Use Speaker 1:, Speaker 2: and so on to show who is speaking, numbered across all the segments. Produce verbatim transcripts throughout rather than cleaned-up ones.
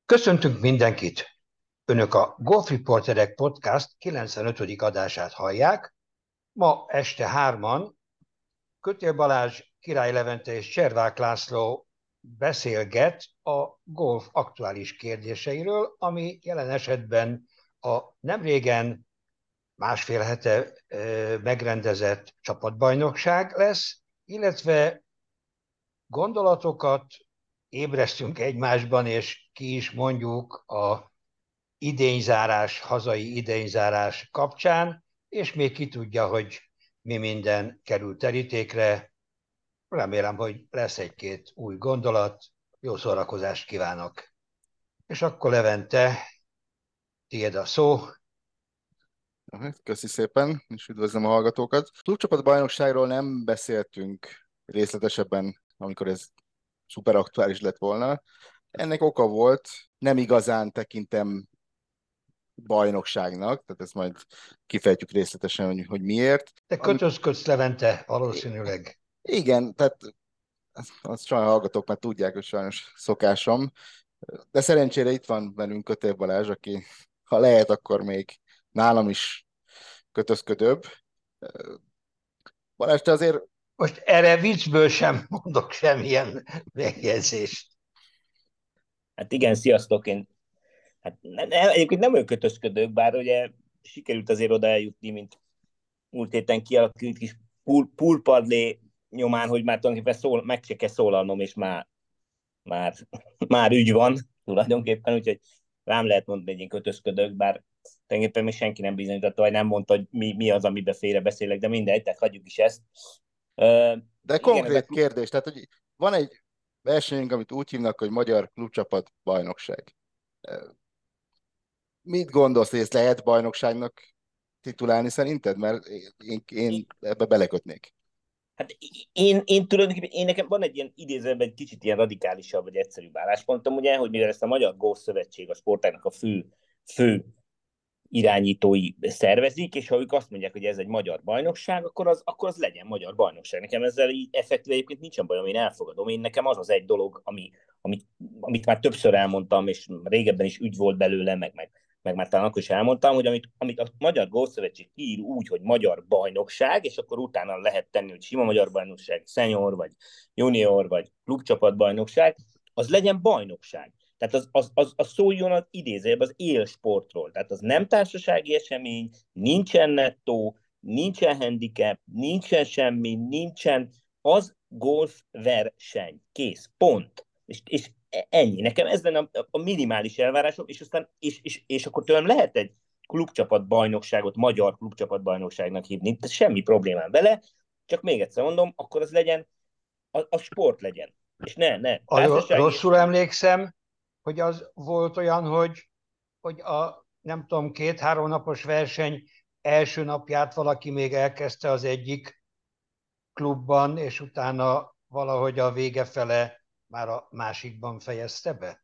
Speaker 1: Köszöntünk mindenkit! Önök a Golf Reporterek Podcast kilencvenötödik adását hallják. Ma este hárman Kötél Balázs, Király Levente és Cservák László beszélget a golf aktuális kérdéseiről, ami jelen esetben a nemrégen másfél hete megrendezett csapatbajnokság lesz, illetve gondolatokat ébresztünk egymásban, és ki is mondjuk a idényzárás, hazai idényzárás kapcsán, és még ki tudja, hogy mi minden kerül terítékre. Remélem, hogy lesz egy-két új gondolat. Jó szórakozást kívánok! És akkor Levente, tiéd a szó.
Speaker 2: Köszi szépen, és üdvözlöm a hallgatókat. Klubcsapat bajnokságról nem beszéltünk részletesebben, amikor ez szuper aktuális lett volna. Ennek oka volt, nem igazán tekintem bajnokságnak, tehát ezt majd kifejtjük részletesen, hogy, hogy miért.
Speaker 1: Te kötözködsz, Levente, valószínűleg.
Speaker 2: Igen, tehát azt, azt sajnos hallgatók már tudják, hogy sajnos szokásom. De szerencsére itt van velünk Kötél Balázs, aki ha lehet, akkor még nálam is kötözködőbb. Balázs, te azért...
Speaker 1: Most erre viccből sem mondok semmilyen megjegyzést.
Speaker 3: Hát igen, sziasztok, én hát ne, ne, egyébként nem olyan kötözködők, bár ugye sikerült azért oda eljutni, mint múlt héten kialakult kis pulpadlé nyomán, hogy már tulajdonképpen szól, meg se kell szólalnom, és már, már, már ügy van tulajdonképpen, úgyhogy rám lehet mondani, hogy én kötözködök, bár tulajdonképpen még senki nem bizonyította, vagy nem mondta, hogy mi, mi az, amiben félre beszélek, de mindegy, tehát hagyjuk is ezt.
Speaker 2: De
Speaker 3: igen,
Speaker 2: konkrét
Speaker 3: a...
Speaker 2: kérdés, tehát hogy van egy versenyünk, amit úgy hívnak, hogy Magyar Klubcsapat Bajnokság. Mit gondolsz, hogy ezt lehet bajnokságnak titulálni szerinted? Mert én, én ebbe belekötnék.
Speaker 3: Hát én, én tulajdonképpen, én nekem van egy ilyen idézőben egy kicsit ilyen radikálisabb, vagy egyszerűbb álláspontom, ugye, hogy mivel ezt a Magyar Golf Szövetség, a sportágnak a fő, fő irányítói szervezik, és ha ők azt mondják, hogy ez egy magyar bajnokság, akkor az, akkor az legyen magyar bajnokság. Nekem ezzel így effektíve egyébként nincsen bajom, én elfogadom. Én nekem az az egy dolog, ami, amit, amit már többször elmondtam, és régebben is ügy volt belőle, meg, meg, meg már talán akkor is elmondtam, hogy amit, amit a Magyar Golfszövetség ír úgy, hogy magyar bajnokság, és akkor utána lehet tenni, hogy sima magyar bajnokság, senior, vagy junior, vagy klubcsapatbajnokság, az legyen bajnokság. Tehát az, az, az, az szóljon az idézőjelben az élsportról. Tehát az nem társasági esemény, nincsen nettó, nincsen handicap, nincsen semmi, nincsen, az golfverseny. Kész. Pont. És, és ennyi. Nekem ez lenne a, a minimális elvárásom, és aztán, és, és, és akkor tőlem lehet egy klubcsapatbajnokságot magyar klubcsapatbajnokságnak hívni, de semmi problémám vele, csak még egyszer mondom, akkor az legyen, a, a sport legyen. És ne, ne.
Speaker 1: Rosszul emlékszem, hogy az volt olyan, hogy, hogy a nem tudom, két-három napos verseny első napját valaki még elkezdte az egyik klubban, és utána valahogy a vége fele már a másikban fejezte be?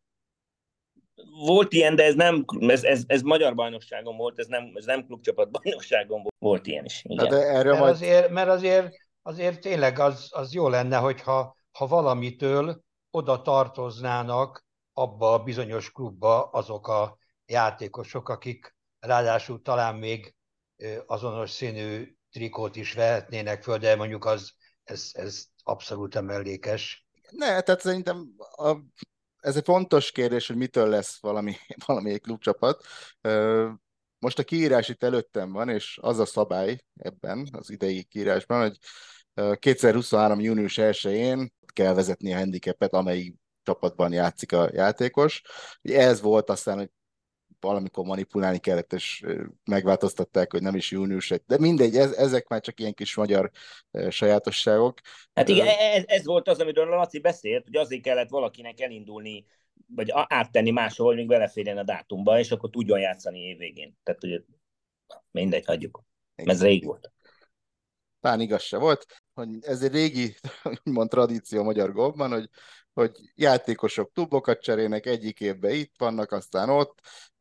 Speaker 3: Volt ilyen, de ez nem, ez, ez, ez magyar bajnokságon volt, ez nem, ez nem klubcsapat bajnokságon volt. Volt ilyen is, igen.
Speaker 2: De erről
Speaker 1: mert,
Speaker 2: majd...
Speaker 1: azért, mert azért, azért tényleg az, az jó lenne, hogyha ha valamitől oda tartoznának abba a bizonyos klubba azok a játékosok, akik ráadásul talán még azonos színű trikót is vehetnének föl, de mondjuk az, ez, ez abszolút mellékes.
Speaker 2: Ne, tehát szerintem a, ez egy fontos kérdés, hogy mitől lesz valami, valamelyik klubcsapat. Most a kiírás itt előttem van, és az a szabály ebben, az idei kiírásban, hogy kétezer-huszonhárom. június elsején kell vezetni a handicapet, amelyik csapatban játszik a játékos. Ez volt aztán, hogy valamikor manipulálni kellett, és megváltoztatták, hogy nem is június, de mindegy, ez, ezek már csak ilyen kis magyar sajátosságok.
Speaker 3: Hát igen, ez, ez volt az, amiről a Laci beszélt, hogy azért kellett valakinek elindulni, vagy áttenni máshol, hogy még beleférjen a dátumba, és akkor tudjon játszani évvégén. Tehát ugye mindegy, hagyjuk. Ez rég volt.
Speaker 2: Talán igaz se volt, hogy ez egy régi, úgymond tradíció a magyar golfban, hogy, hogy játékosok klubokat cserélnek, egyik évben itt vannak, aztán ott,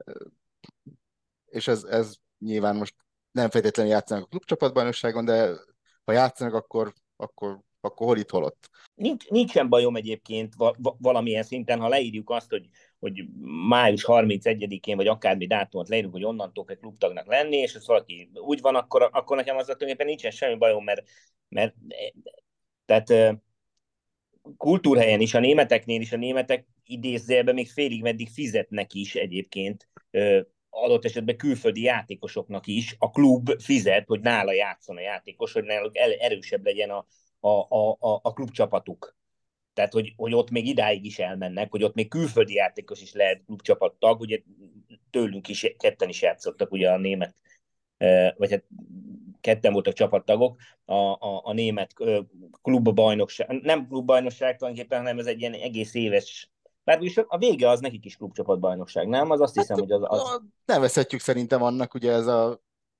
Speaker 2: és ez, ez nyilván most nem feltétlenül játszanak a klubcsapatbajnokságon, de ha játszanak, akkor, akkor, akkor hol itt, hol ott.
Speaker 3: Nincs, nincsen bajom egyébként valamilyen szinten, ha leírjuk azt, hogy, hogy május harmincegyedikén, vagy akármi dátumot leírunk, hogy onnantól kell klubtagnak lenni, és ez valaki úgy van, akkor, akkor nekem azzal tulajdonképpen nincsen semmi bajom, mert, mert tehát kultúrhelyen is, a németeknél is, a németek idézőjelben még félig meddig fizetnek is egyébként, adott esetben külföldi játékosoknak is, a klub fizet, hogy nála játszon a játékos, hogy náluk erősebb legyen a, a, a, a, a klubcsapatuk. Tehát, hogy, hogy ott még idáig is elmennek, hogy ott még külföldi játékos is lehet klubcsapattag, ugye tőlünk is ketten is játszottak ugye a német, vagy hát ketten voltak csapattagok, a, a, a német klubbajnokság, nem klubbajnokság tulajdonképpen, hanem ez egy ilyen egész éves, bár is a vége az nekik is klubcsapatbajnokság, nem? Az azt hiszem,
Speaker 2: Hát,
Speaker 3: hogy az... az...
Speaker 2: nevezhetjük szerintem annak, ugye ez a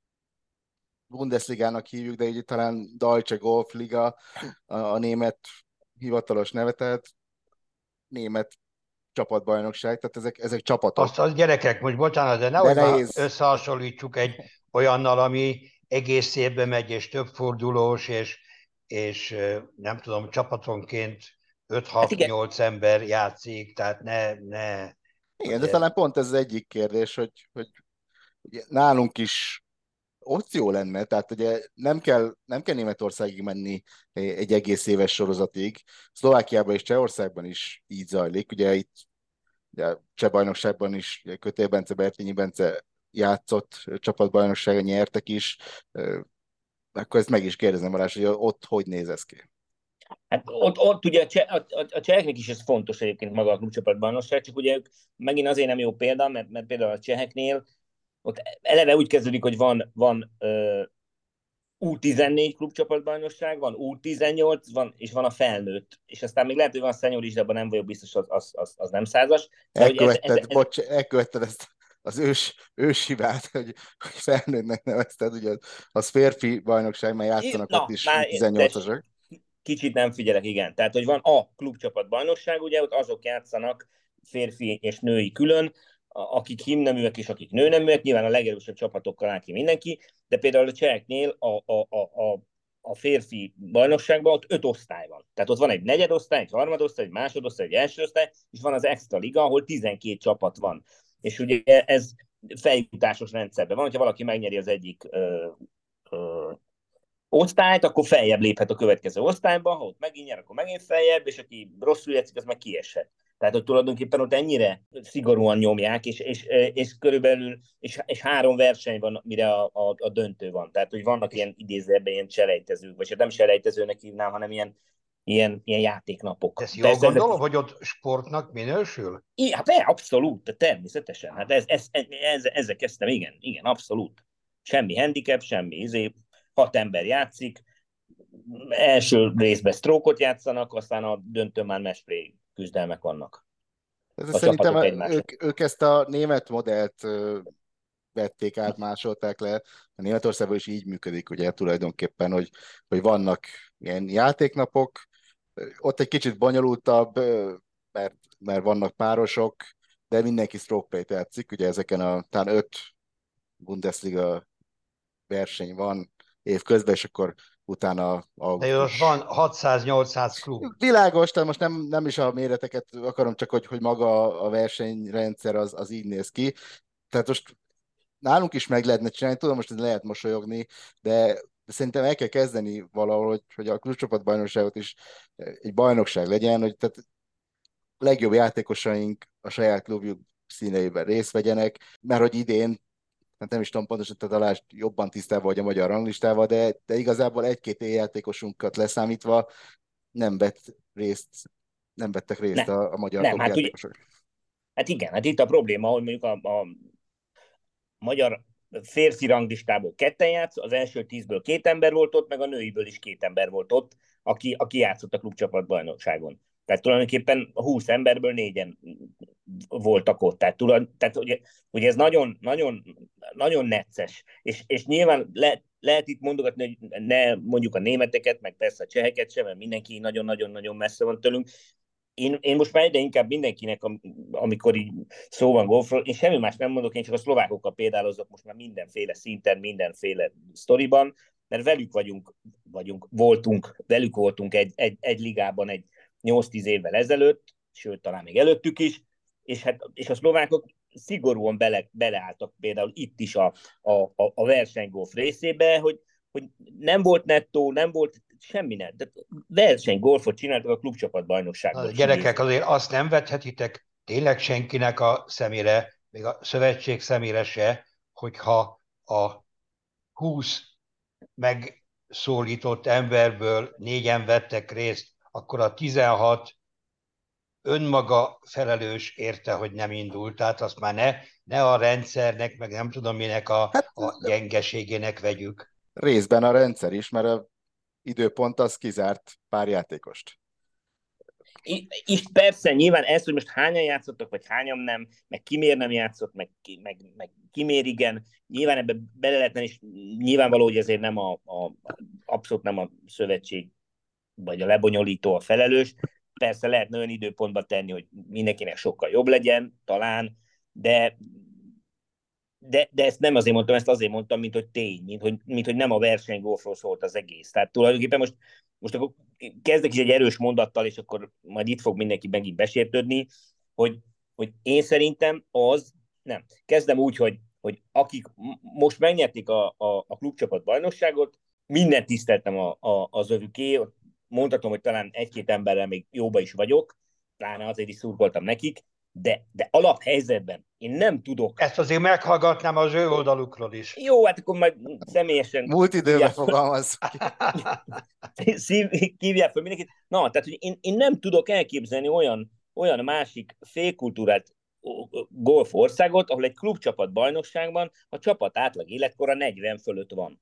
Speaker 2: Bundesligának hívjuk, de így talán Deutsche Golfliga a, a német hivatalos neve, tehát német csapatbajnokság, tehát ezek, ezek csapatok.
Speaker 1: Azt az gyerekek, most bocsánat, de
Speaker 2: De
Speaker 1: nehogy már
Speaker 2: nehéz.
Speaker 1: összehasonlítsuk egy olyannal, ami egész évben megy, és több fordulós, és, és nem tudom, csapatonként
Speaker 3: Hát igen,
Speaker 1: öt-hat-nyolc ember játszik, tehát ne... ne
Speaker 2: Igen, de
Speaker 1: azért.
Speaker 2: talán pont ez az egyik kérdés, hogy, hogy ugye nálunk is opció lenne, tehát ugye nem kell, nem kell Németországig menni egy egész éves sorozatig. Szlovákiában és Csehországban is így zajlik. Ugye itt ugye Cseh bajnokságban is ugye Kötél Bence, Bertényi Bence játszott, csapatbajnoksága nyertek is. Akkor ezt meg is kérdezem, Balázs, hogy ott hogy néz ez ki?
Speaker 3: hát ott, ott ugye a, cseh, a, a, a cseheknek is ez fontos egyébként maga a klubcsapatbajnokság, csak ugye ők megint azért nem jó példa, mert, mert például a cseheknél ott eleve úgy kezdődik, hogy van, van uh, U tizennégy klubcsapatbajnokság, van U tizennyolc, van, és van a felnőtt. És aztán még lehet, hogy van a szenyor is, de abban nem vagyok biztos, az, az, az, az nem százas. De hogy ez, ez,
Speaker 2: Elkövetted,
Speaker 3: ez,
Speaker 2: bocs, elkövetted ezt az ős, őshibát, hogy, hogy felnőttnek nevezted, ugye az férfi bajnokság, mert játszanak ott
Speaker 3: na,
Speaker 2: is
Speaker 3: már
Speaker 2: U tizennyolcasok.
Speaker 3: kicsit nem figyelek, igen. Tehát, hogy van a klubcsapat bajnokság, ugye, ott azok játszanak férfi és női külön, akik himneműek és akik nőneműek, nyilván a legerősebb csapatokkal áll ki mindenki, de például a cseheknél a, a, a, a, a férfi bajnokságban ott öt osztály van. Tehát ott van egy negyedosztály, egy harmadosztály, egy másodosztály, egy elsőosztály, és van az extra liga, ahol tizenkét csapat van. És ugye ez feljutásos rendszerben van, hogyha valaki megnyeri az egyik ö, ö, osztályt, akkor feljebb léphet a következő osztályba, ha ott megint nyer, akkor megint feljebb, és aki rosszul játszik, az meg kieshet. Tehát, hogy tulajdonképpen ott ennyire szigorúan nyomják, és, és, és körülbelül, és, és három verseny van, mire a, a, a döntő van. Tehát, hogy vannak ilyen idézőben ilyen selejtezők, vagy nem selejtezőnek hívnám, hanem ilyen, ilyen, ilyen játéknapok.
Speaker 1: Ezt jól
Speaker 3: Persze,
Speaker 1: gondolom,
Speaker 3: ezek...
Speaker 1: hogy ott sportnak minősül?
Speaker 3: I, hát be, abszolút, természetesen. Hát ez, ez, ez, ez, ezzel kezdtem, igen, igen, abszolút. Semmi handicap, semmi izé, hat ember játszik, első részben stroke-ot játszanak, aztán a döntőn már mesplay küzdelmek vannak.
Speaker 2: Ez
Speaker 3: A
Speaker 2: szerintem
Speaker 3: csapatok egymásra.
Speaker 2: ők, ők ezt a német modellt vették át, másolták le. A Németországban is így működik, ugye tulajdonképpen, hogy, hogy vannak ilyen játéknapok, ott egy kicsit bonyolultabb, mert, mert vannak párosok, de mindenki stroke play-t játszik, ugye ezeken a talán öt Bundesliga verseny van évközben, és akkor utána
Speaker 1: De ott
Speaker 2: augusztus.
Speaker 1: van hatszáz-nyolcszáz klub.
Speaker 2: Világos, tehát most nem, nem is a méreteket akarom, csak hogy, hogy maga a versenyrendszer az, az így néz ki. Tehát most nálunk is meg lehetne csinálni, tudom, most ez lehet mosolyogni, de, de szerintem el kell kezdeni valahol, hogy, hogy a klubcsapatbajnokságot is egy bajnokság legyen, hogy tehát a legjobb játékosaink a saját klubjuk színeiben részt vegyenek, mert hogy idén, hát nem is tudom pontosan, te talán jobban tisztában vagy a magyar ranglistával, de, de igazából egy-két játékosunkat leszámítva nem vett részt, nem vettek részt
Speaker 3: Nem,
Speaker 2: a, a magyar
Speaker 3: nem,
Speaker 2: top
Speaker 3: hát ugye,
Speaker 2: játékosok.
Speaker 3: hát igen, hát itt a probléma, hogy mondjuk a, a magyar férfi ranglistából ketten játsz, az első tízből két ember volt ott, meg a nőiből is két ember volt ott, aki, aki játszott a klubcsapatbajnokságon. Tehát tulajdonképpen a húsz emberből négyen voltak ott. Tehát, tulaj, tehát ugye, ugye ez nagyon, nagyon, nagyon necces. És, és nyilván le, lehet itt mondogatni, hogy ne mondjuk a németeket, meg persze a cseheket sem, mert mindenki nagyon-nagyon-nagyon messze van tőlünk. Én, én most már egyre inkább mindenkinek, amikor így szó van golfról, én semmi más nem mondok, én csak a szlovákokkal példálozok most már mindenféle szinten, mindenféle sztoriban, mert velük vagyunk, vagyunk voltunk, velük voltunk egy, egy, egy ligában egy nyolc-tíz évvel ezelőtt, sőt, talán még előttük is, és, hát, és a szlovákok szigorúan bele, beleálltak például itt is a, a, a, a versenygolf részébe, hogy, hogy nem volt nettó, nem volt semmi nem. Tehát versenygolfot csináltak a klubcsapatbajnokságból
Speaker 1: Na,
Speaker 3: is
Speaker 1: gyerekek,
Speaker 3: idézve.
Speaker 1: azért azt nem vethetitek tényleg senkinek a szemére, még a szövetség szemére se, hogyha a húsz megszólított emberből négyen vettek részt, akkor a tizenhat önmaga felelős érte, hogy nem indult. Tehát azt már ne, ne a rendszernek, meg nem tudom minek a,
Speaker 2: Hát
Speaker 1: a gyengeségének vegyük.
Speaker 2: részben a rendszer is, mert a időpont az kizárt pár játékost.
Speaker 3: És persze, nyilván ez, hogy most hányan játszottak, vagy hányan nem, meg ki miért nem játszott, meg, ki, meg, meg ki miért igen, nyilván ebbe bele lehetne, és nyilvánvaló, hogy ezért nem a, a, abszolút nem a szövetség, vagy a lebonyolító a felelős. Persze lehetne olyan időpontba tenni, hogy mindenkinek sokkal jobb legyen, talán, de de, de ezt nem azért mondtam, ezt azért mondtam, mint hogy tény, mint hogy, mint hogy nem a versenygolfról szólt az egész. Tehát tulajdonképpen most, most akkor kezdek is egy erős mondattal, és akkor majd itt fog mindenki megint besértődni, hogy, hogy én szerintem az, nem. Kezdem úgy, hogy, hogy akik most megnyerték a, a, a klubcsapat bajnokságot, mindent tiszteltem a, a, az övüké, mondhatom, hogy talán egy-két emberrel még jóba is vagyok, pláne azért is szurkoltam nekik, de, de alaphelyzetben én nem tudok.
Speaker 1: Ezt azért meghallgatnám az ő oldalukról is.
Speaker 3: Jó, hát akkor majd személyesen
Speaker 2: Múlt időben fogalmaz.
Speaker 3: Kívják fel mindenkit. Na, tehát hogy én, én nem tudok elképzelni olyan, olyan másik félkultúrát golf országot, ahol egy klubcsapat bajnokságban a csapat átlag életkora negyven fölött van.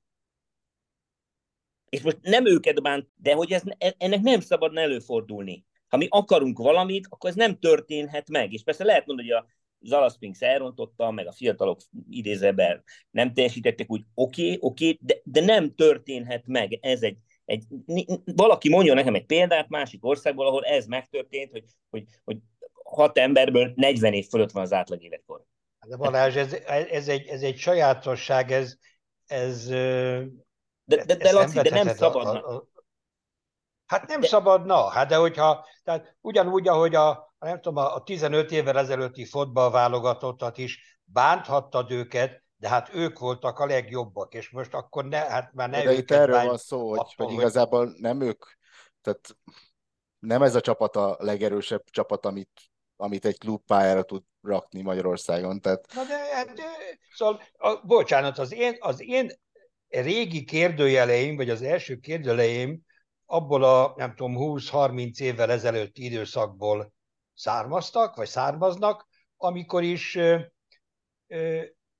Speaker 3: És most nem őket bánt, de hogy ez, ennek nem szabadna előfordulni. Ha mi akarunk valamit, akkor ez nem történhet meg. És persze lehet mondani, hogy a Zalaspinks elrontotta, meg a fiatalok idézőben nem teljesítettek úgy, oké, okay, oké, okay, de, de nem történhet meg. Ez egy, egy, valaki mondja nekem egy példát másik országból, ahol ez megtörtént, hogy, hogy, hogy hat emberből negyven év fölött van az átlag életkor.
Speaker 1: De Balázs, ez, ez, egy, ez egy sajátosság, ez, ez,
Speaker 3: de, de, de Laci, de nem szabadna.
Speaker 1: A, a, hát nem
Speaker 3: de...
Speaker 1: szabadna, hát de hogyha, tehát ugyanúgy, ahogy a, nem tudom, a tizenöt évvel ezelőtti fotballválogatottat is bánthattad őket, de hát ők voltak a legjobbak, és most akkor ne, hát már ne
Speaker 2: de
Speaker 1: őket
Speaker 2: itt erről
Speaker 1: bánt,
Speaker 2: van szó, hogy,
Speaker 1: attól,
Speaker 2: hogy igazából nem ők, tehát nem ez a csapat a legerősebb csapat, amit, amit egy klub pályára tud rakni Magyarországon. Tehát...
Speaker 1: Na de, hát, szóval, a, bocsánat, az én, az én régi kérdőjeleim, vagy az első kérdőjeleim abból a, nem tudom, húsz-harminc évvel ezelőtti időszakból származtak, vagy származnak, amikor is ö, ö,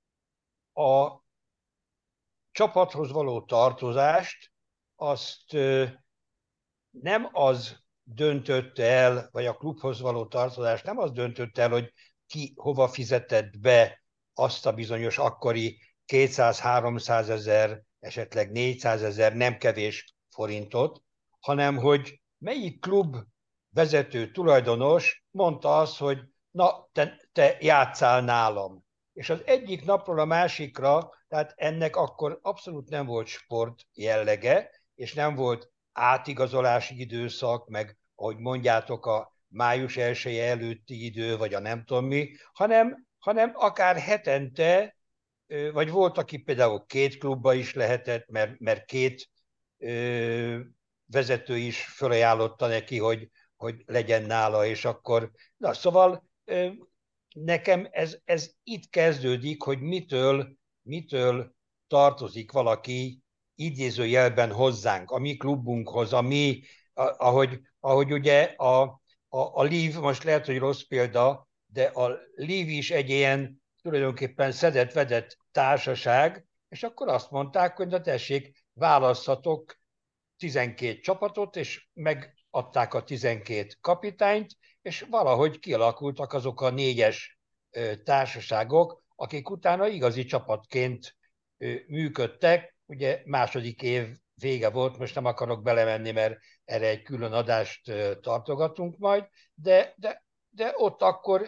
Speaker 1: a csapathoz való tartozást azt ö, nem az döntötte el, vagy a klubhoz való tartozást nem az döntötte el, hogy ki hova fizetett be azt a bizonyos akkori kétszáz-háromszáz ezer, esetleg négyszáz ezer nem kevés forintot, hanem hogy melyik klub vezető tulajdonos mondta azt, hogy na, te, te játsszál nálam. És az egyik napról a másikra, tehát ennek akkor abszolút nem volt sport jellege, és nem volt átigazolási időszak, meg ahogy mondjátok, a május elseje előtti idő, vagy a nem tudom mi, hanem, hanem akár hetente, vagy volt, aki például két klubba is lehetett, mert, mert két ö, vezető is felajánlotta neki, hogy, hogy legyen nála, és akkor, na szóval ö, nekem ez, ez itt kezdődik, hogy mitől, mitől tartozik valaki idézőjelben hozzánk, a mi klubunkhoz, a mi, ahogy, ahogy ugye a, a, a Liv, most lehet, hogy rossz példa, de a Liv is egy ilyen tulajdonképpen szedett-vedett társaság, és akkor azt mondták, hogy na tessék, választhatok tizenkét csapatot, és megadták a tizenkét kapitányt, és valahogy kialakultak azok a négyes társaságok, akik utána igazi csapatként működtek. Ugye második év vége volt, most nem akarok belemenni, mert erre egy külön adást tartogatunk majd, de, de, de ott akkor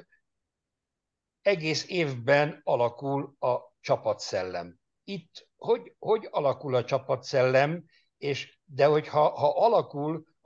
Speaker 1: egész évben alakul a csapatszellem. Itt hogy, hogy alakul a csapatszellem, és de hogyha ha alakul,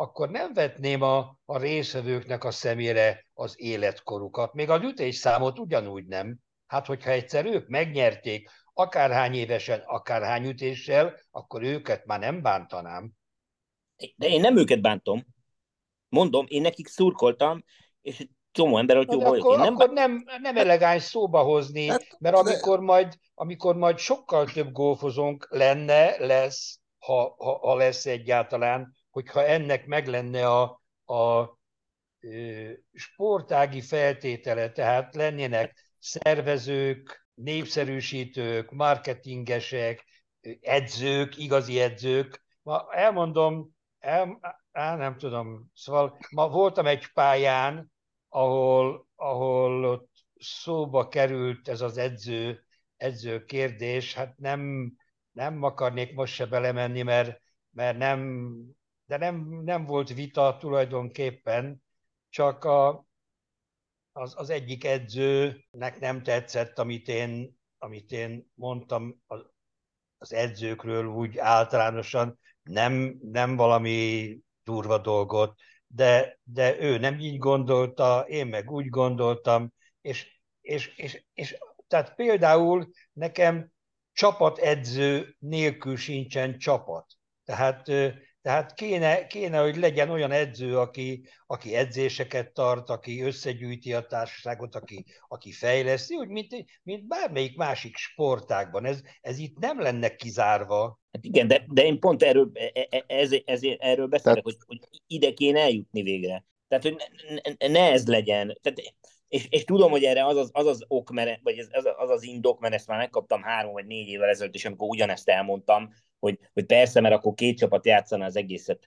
Speaker 1: akkor nem vetném a, a részvevőknek a szemére az életkorukat. Még az ütésszámot ugyanúgy nem. Hát, hogyha egyszer ők megnyerték, akárhány évesen, akárhány ütéssel, akkor őket már nem bántanám.
Speaker 3: De én nem őket bántom. Mondom, én nekik szurkoltam, és egy csomó ember, hogy
Speaker 1: Na
Speaker 3: jó
Speaker 1: de
Speaker 3: vagyok.
Speaker 1: akkor,
Speaker 3: Én nem
Speaker 1: akkor
Speaker 3: bántom.
Speaker 1: nem, nem elegáns szóba hozni,
Speaker 2: Hát,
Speaker 1: mert
Speaker 2: de,
Speaker 1: amikor majd, amikor majd sokkal több golfozónk lenne, lesz, ha, ha, ha lesz egyáltalán, hogyha ennek meg lenne a, a ö, sportági feltétele, tehát lennének szervezők, népszerűsítők, marketingesek, edzők, igazi edzők. Ma elmondom, el, á, nem tudom, szóval ma voltam egy pályán, ahol, ahol ott szóba került ez az edző, edző kérdés, hát nem, nem akarnék most se belemenni, mert, mert nem, de nem, nem volt vita tulajdonképpen, csak a, az, az egyik edzőnek nem tetszett, amit én, amit én mondtam az, az edzőkről úgy általánosan, nem, nem valami durva dolgot, de, de ő nem így gondolta, én meg úgy gondoltam, és, és, és, és tehát például nekem csapatedző nélkül sincsen csapat. Tehát, tehát kéne, kéne, hogy legyen olyan edző, aki, aki edzéseket tart, aki összegyűjti a társaságot, aki, aki fejleszti, úgy, mint, mint bármelyik másik sportágban. Ez, ez itt nem lenne kizárva.
Speaker 3: Hát igen, de, de én pont erről, e- e- ez, ez, erről beszélek,
Speaker 2: tehát,
Speaker 3: hogy, hogy ide kéne eljutni végre. Tehát, hogy ne, ne, ne ez legyen. Tehát, és, és tudom, hogy erre az az, az, az ok, mert, vagy ez, az, az az indok, mert ezt már megkaptam három vagy négy évvel ezelőtt, és amikor ugyanezt elmondtam, hogy, hogy persze, mert akkor két csapat játszaná az egészet.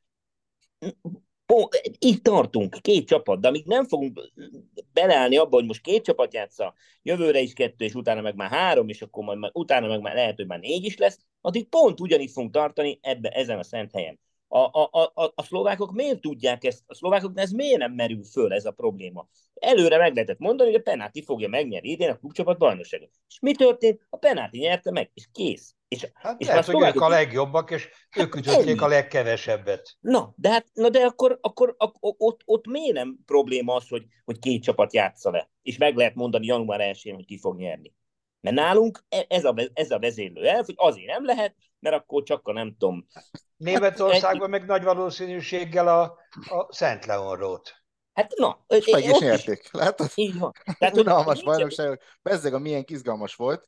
Speaker 3: Pont, itt tartunk, két csapat, de amíg nem fogunk beleállni abba, hogy most két csapat játsza, jövőre is kettő, és utána meg már három, és akkor majd, utána meg már lehet, hogy már négy is lesz, addig pont ugyanígy fogunk tartani ebbe, ezen a szent helyen. A, a, a, a szlovákok miért tudják ezt? A szlovákoknál ez miért nem merül föl ez a probléma? Előre meg lehetett mondani, hogy a penálti fogja megnyerni idén a klubcsapat bajnokságot. És mi történt? A penálti nyerte meg, és kész. És,
Speaker 1: Hát
Speaker 3: és már
Speaker 1: lehet, hogy ők
Speaker 3: szlovákok
Speaker 1: a
Speaker 3: is,
Speaker 1: legjobbak, és
Speaker 3: hát
Speaker 1: ők ütötték a
Speaker 3: ennyi.
Speaker 1: legkevesebbet.
Speaker 3: Na, de hát, na de akkor, akkor, akkor ott, ott miért nem probléma az, hogy, hogy két csapat játsza le, és meg lehet mondani január elsején, hogy ki fog nyerni. Mert nálunk e- ez a, ez a vezérlő elv, hogy azért nem lehet, mert akkor csak a nem tudom. Hát, egy,
Speaker 1: Németországban meg nagy valószínűséggel a, a Szent Leonrót.
Speaker 3: hát na,
Speaker 2: és meg is
Speaker 3: ott is
Speaker 2: nyerték. Látod?
Speaker 3: így van. Tehát, hogy
Speaker 2: Unalmas
Speaker 3: nincs,
Speaker 2: bajnokság. Bezzeg a milyen izgalmas volt.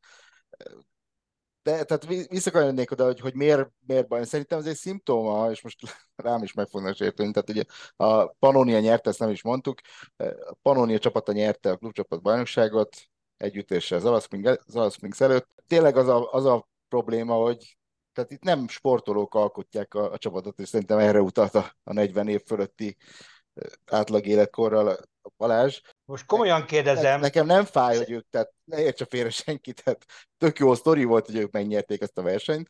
Speaker 2: De tehát visszakanyarodnék oda, hogy, hogy miért, miért baj. Szerintem ez egy szimptóma, és most rám is meg fognak sérteni. Tehát ugye a Pannonia nyerte, ezt nem is mondtuk. A Pannonia csapata nyerte a klubcsapat bajnokságot együttéssel az Alaspring, az Alaspring előtt. Tényleg az a, az a probléma, hogy tehát itt nem sportolók alkotják a, a csapatot, és szerintem erre utalt a, a negyven év fölötti átlag életkorral a Balázs.
Speaker 1: Most komolyan
Speaker 2: Ne,
Speaker 1: kérdezem,
Speaker 2: nekem nem fáj, hogy ők, tehát ne értse félre senkit, tehát tök jó sztori volt, hogy ők megnyerték ezt a versenyt.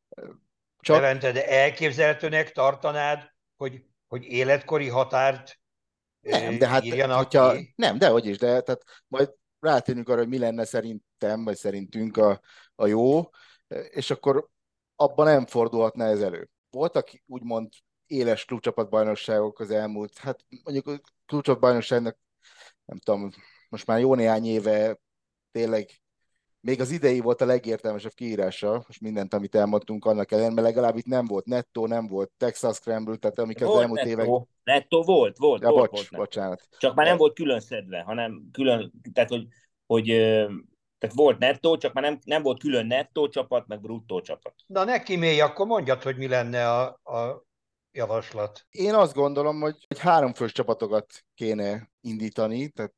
Speaker 2: Csak
Speaker 1: Levente, de elképzelhetőnek tartanád, hogy, hogy életkori határt ö,
Speaker 2: nem, de hát,
Speaker 1: írjanak
Speaker 2: hogyha,
Speaker 1: ki?
Speaker 2: nem, dehogy is, de tehát majd rátérünk arra, hogy mi lenne szerintem, vagy szerintünk a, a jó, és akkor abban nem fordulhatna ez elő. Voltak úgymond éles klubcsapatbajnokságok az elmúlt, hát mondjuk a klubcsapatbajnokságnak nem tudom, most már jó néhány éve tényleg még az idei volt a legértelmesebb kiírása, most mindent, amit elmondtunk annak ellen, mert legalább itt nem volt nettó, nem volt Texas Scramble, tehát amik az
Speaker 3: volt
Speaker 2: elmúlt évek...
Speaker 3: nettó, nettó volt, volt,
Speaker 2: Ja,
Speaker 3: volt,
Speaker 2: bocs,
Speaker 3: volt nettó.
Speaker 2: bocsánat.
Speaker 3: Csak már nem volt külön szedve, hanem külön, tehát hogy, hogy ö, tehát volt nettó, csak már nem, nem volt külön nettó csapat, meg bruttó csapat.
Speaker 1: Na neki mély, akkor mondjad, hogy mi lenne a, a javaslat.
Speaker 2: Én azt gondolom, hogy, hogy háromfős csapatokat kéne indítani, tehát,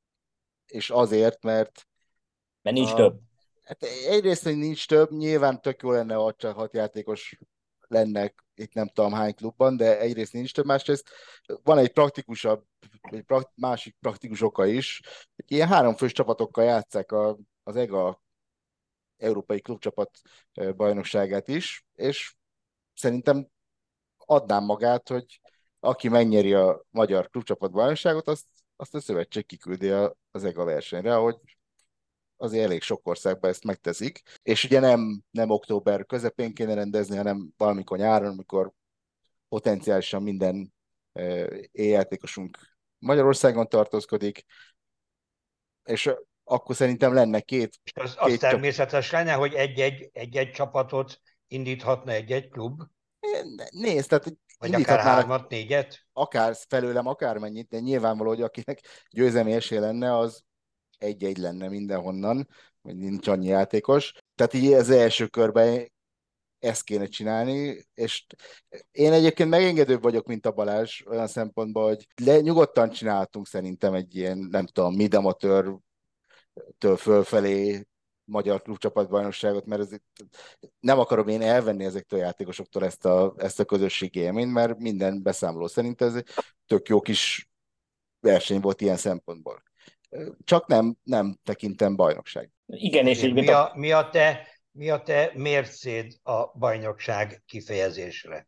Speaker 2: és azért, mert
Speaker 3: Mert nincs
Speaker 2: a,
Speaker 3: több.
Speaker 2: hát egyrészt, hogy nincs több, nyilván tök jó lenne, ha csak hat játékos lenne itt nem tudom hány klubban, de egyrészt nincs több, másrészt van egy praktikusabb, egy prakt, másik praktikus oka is, hogy ilyen háromfős csapatokkal játsszák a, az e gé á Európai Klubcsapat bajnokságát is, és szerintem adnám magát, hogy aki megnyeri a magyar klubcsapat bajnokságot, azt, azt a szövetség kiküldi az e gé á versenyre, ahogy azért elég sok országban ezt megteszik, és ugye nem, nem október közepén kéne rendezni, hanem valamikor nyáron, amikor potenciálisan minden E-játékosunk Magyarországon tartózkodik, és akkor szerintem lenne két,
Speaker 1: És az, az
Speaker 2: két
Speaker 1: természetes lenne, hogy egy-egy, egy-egy csapatot indíthatna egy-egy klub?
Speaker 2: Nézd, tehát
Speaker 1: Vagy akár
Speaker 2: indíthatnának
Speaker 1: hármat, négyet?
Speaker 2: akár felőlem, akármennyit, de nyilvánvaló, hogy akinek győzelmi esély lenne, az egy-egy lenne mindenhonnan, vagy nincs annyi játékos. Tehát így az első körben ezt kéne csinálni, és én egyébként megengedőbb vagyok, mint a Balázs, olyan szempontból, hogy le, nyugodtan csináltunk szerintem egy ilyen, nem tudom, mid-amatőrtől fölfelé magyar klubcsapatbajnokságot, mert ez, nem akarom én elvenni ezektől a játékosoktól ezt a, ezt a közösségi élményt, mert minden beszámoló szerint ez egy tök jó kis verseny volt ilyen szempontból. Csak nem, nem tekintem bajnokság.
Speaker 3: Igen, és
Speaker 1: mi, a, mi, a te, mi a te mércéd a bajnokság kifejezésre?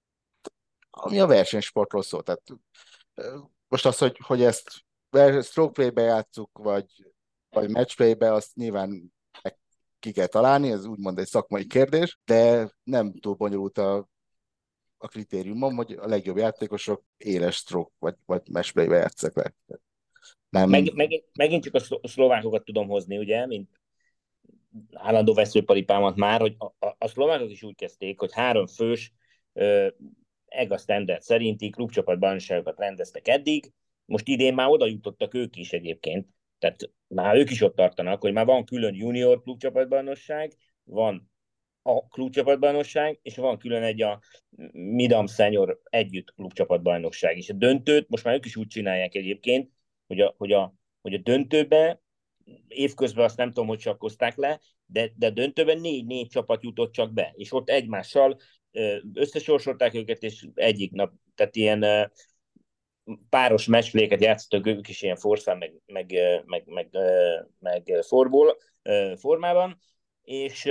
Speaker 2: Ami a versenysportról szól. Tehát most az, hogy, hogy ezt stroke play-be játsszuk, vagy, vagy match play-be, azt nyilván ki kell találni, ez úgymond egy szakmai kérdés, de nem túl bonyolult a, a kritériumom, hogy a legjobb játékosok éles stroke vagy, vagy match play-be játsszak le.
Speaker 3: Nem... Meg, meg, megint csak a szlovákokat tudom hozni, ugye, mint állandó veszőparipámat már, hogy a, a, a szlovákok is úgy kezdték, hogy három fős uh, EGA standard szerinti klubcsapatbajnokságokat rendeztek eddig, most idén már oda jutottak ők is egyébként, tehát már ők is ott tartanak, hogy már van külön junior klubcsapatbajnokság, van a klubcsapatbajnokság, és van külön egy a Midam Senior együtt klubcsapatbajnokság, és a döntőt most már ők is úgy csinálják egyébként, hogy a, hogy a, hogy a döntőbe évközben azt nem tudom, hogy csakkozták le, de, de döntőben négy-négy csapat jutott csak be, és ott egymással összesorsolták őket, és egyik nap, tehát ilyen páros meccsléket játszottak ők is ilyen forszán, meg, meg, meg, meg, meg forból, formában, és,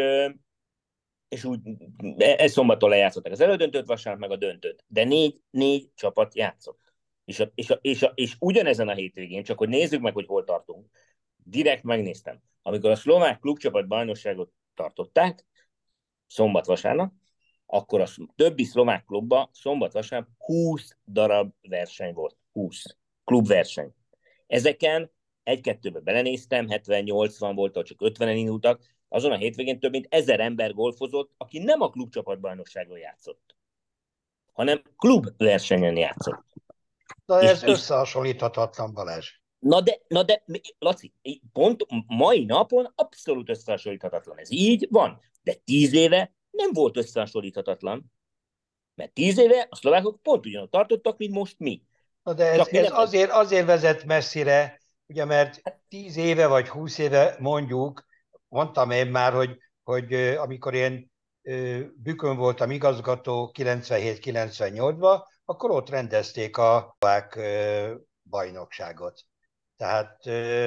Speaker 3: és úgy ez szombaton lejátszották az elődöntőt, vasárnap meg a döntőt, de négy, négy csapat játszott. És, a, és, a, és, a, és ugyanezen a hétvégén, csak hogy nézzük meg, hogy hol tartunk, direkt megnéztem. Amikor a szlovák klubcsapat bajnokságot tartották, szombat-vasárnap, akkor a többi szlovák klubban szombat-vasárnap húsz darab verseny volt. húsz klubverseny. Ezeken egy-kettőbe belenéztem, hetven-nyolcvan volt, csak ötvenen indultak. Azon a hétvégén több mint ezer ember golfozott, aki nem a klubcsapatbajnokságon játszott, hanem klubversenyen játszott.
Speaker 1: De ez és, összehasonlíthatatlan, Balázs.
Speaker 3: Na de, na de, Laci, pont mai napon abszolút összehasonlíthatatlan. Ez így van, de tíz éve nem volt összehasonlíthatatlan, mert tíz éve a szlovákok pont ugyanott tartottak, mint most mi.
Speaker 1: Na de ez, ez azért, azért vezet messzire, ugye, mert tíz éve vagy húsz éve mondjuk, mondtam én már, hogy, hogy amikor én Bükön voltam igazgató kilencvenhét kilencvennyolcban, akkor ott rendezték a szlovák bajnokságot. Tehát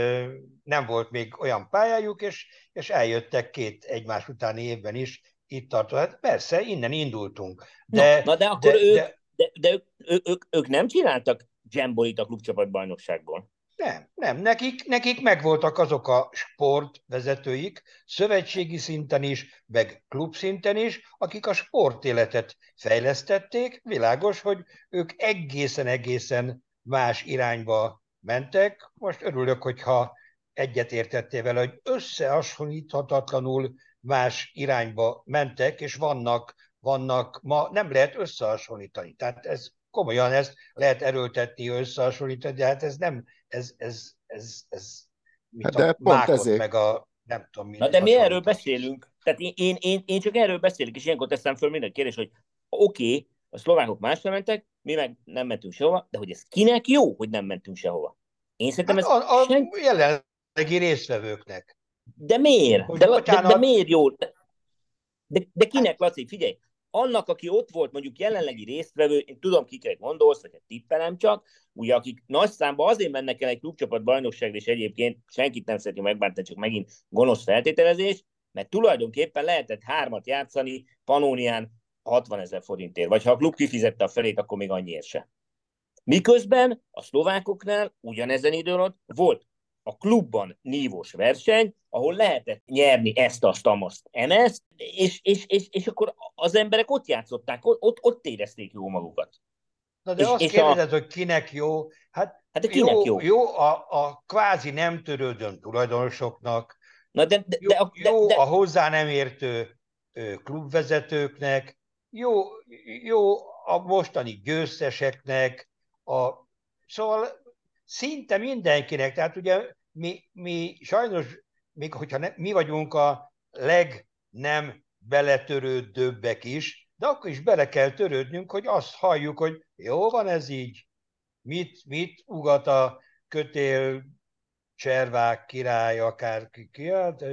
Speaker 1: nem volt még olyan pályájuk, és, és eljöttek két egymás utáni évben is, itt tartott. Hát persze, innen indultunk. De,
Speaker 3: na, na de akkor de, ők, de, de, de ők, ők, ők, ők nem csináltak jambolit a klubcsapatbajnokságból.
Speaker 1: Nem, nem. Nekik, nekik megvoltak azok a sportvezetőik, szövetségi szinten is, meg klubszinten is, akik a sportéletet fejlesztették. Világos, hogy ők egészen-egészen más irányba mentek. Most örülök, hogyha egyetértettél vele, hogy összehasonlíthatatlanul más irányba mentek, és vannak, vannak ma nem lehet összehasonlítani. Tehát ez komolyan ezt lehet erőltetni, összehasonlítani, de hát ez nem, ez, ez, ez, ez mint
Speaker 2: de
Speaker 1: a
Speaker 2: pont
Speaker 1: mákot,
Speaker 2: ezért.
Speaker 1: meg a nem tudom mi.
Speaker 3: Na de mi erről beszélünk? Tehát én, én, én, én csak erről beszélek, és ilyenkor teszem föl minden kérdés, hogy oké, okay, a szlovákok másra mentek, mi meg nem mentünk sehova, de hogy ez kinek jó, hogy nem mentünk sehova? Én szerintem
Speaker 1: hát
Speaker 3: ez...
Speaker 1: a, a
Speaker 3: sen...
Speaker 1: jelenlegi résztvevőknek.
Speaker 3: De miért?
Speaker 1: Hogy
Speaker 3: de, de, de miért jó? De, de, de kinek, Laci, figyelj, annak, aki ott volt, mondjuk jelenlegi résztvevő, én tudom, kikre gondolsz, vagy tippelem csak, ugye, akik nagy számban azért mennek el egy klubcsapat bajnokságra, és egyébként senkit nem szeretünk megbántani, csak megint gonosz feltételezés, mert tulajdonképpen lehetett hármat játszani Pannonián hatvanezer forintért, vagy ha a klub kifizette a felét, akkor még annyiért se. Miközben a szlovákoknál ugyanezen idő alatt volt a klubban nívós verseny, ahol lehetett nyerni ezt, azt, azt, emezt, és, és, és, és akkor az emberek ott játszották, ott, ott érezték jó magukat.
Speaker 1: Na de
Speaker 3: És,
Speaker 1: azt
Speaker 3: és a,
Speaker 1: kérdezed, hogy kinek jó, hát
Speaker 3: hát de kinek
Speaker 1: jó,
Speaker 3: jó?
Speaker 1: jó a, a kvázi nem törődön tulajdonosoknak,
Speaker 3: Na de, de,
Speaker 1: jó,
Speaker 3: de, de,
Speaker 1: jó a
Speaker 3: de
Speaker 1: hozzá nem értő ö, klubvezetőknek, jó, jó a mostani győzteseknek, a, szóval szinte mindenkinek. Tehát ugye mi, mi sajnos, még hogyha ne, mi vagyunk a leg nem beletörődőbbek is, de akkor is bele kell törődnünk, hogy azt halljuk, hogy jó van ez így, mit, mit ugat a kötél Cservák király, akár ki, ki,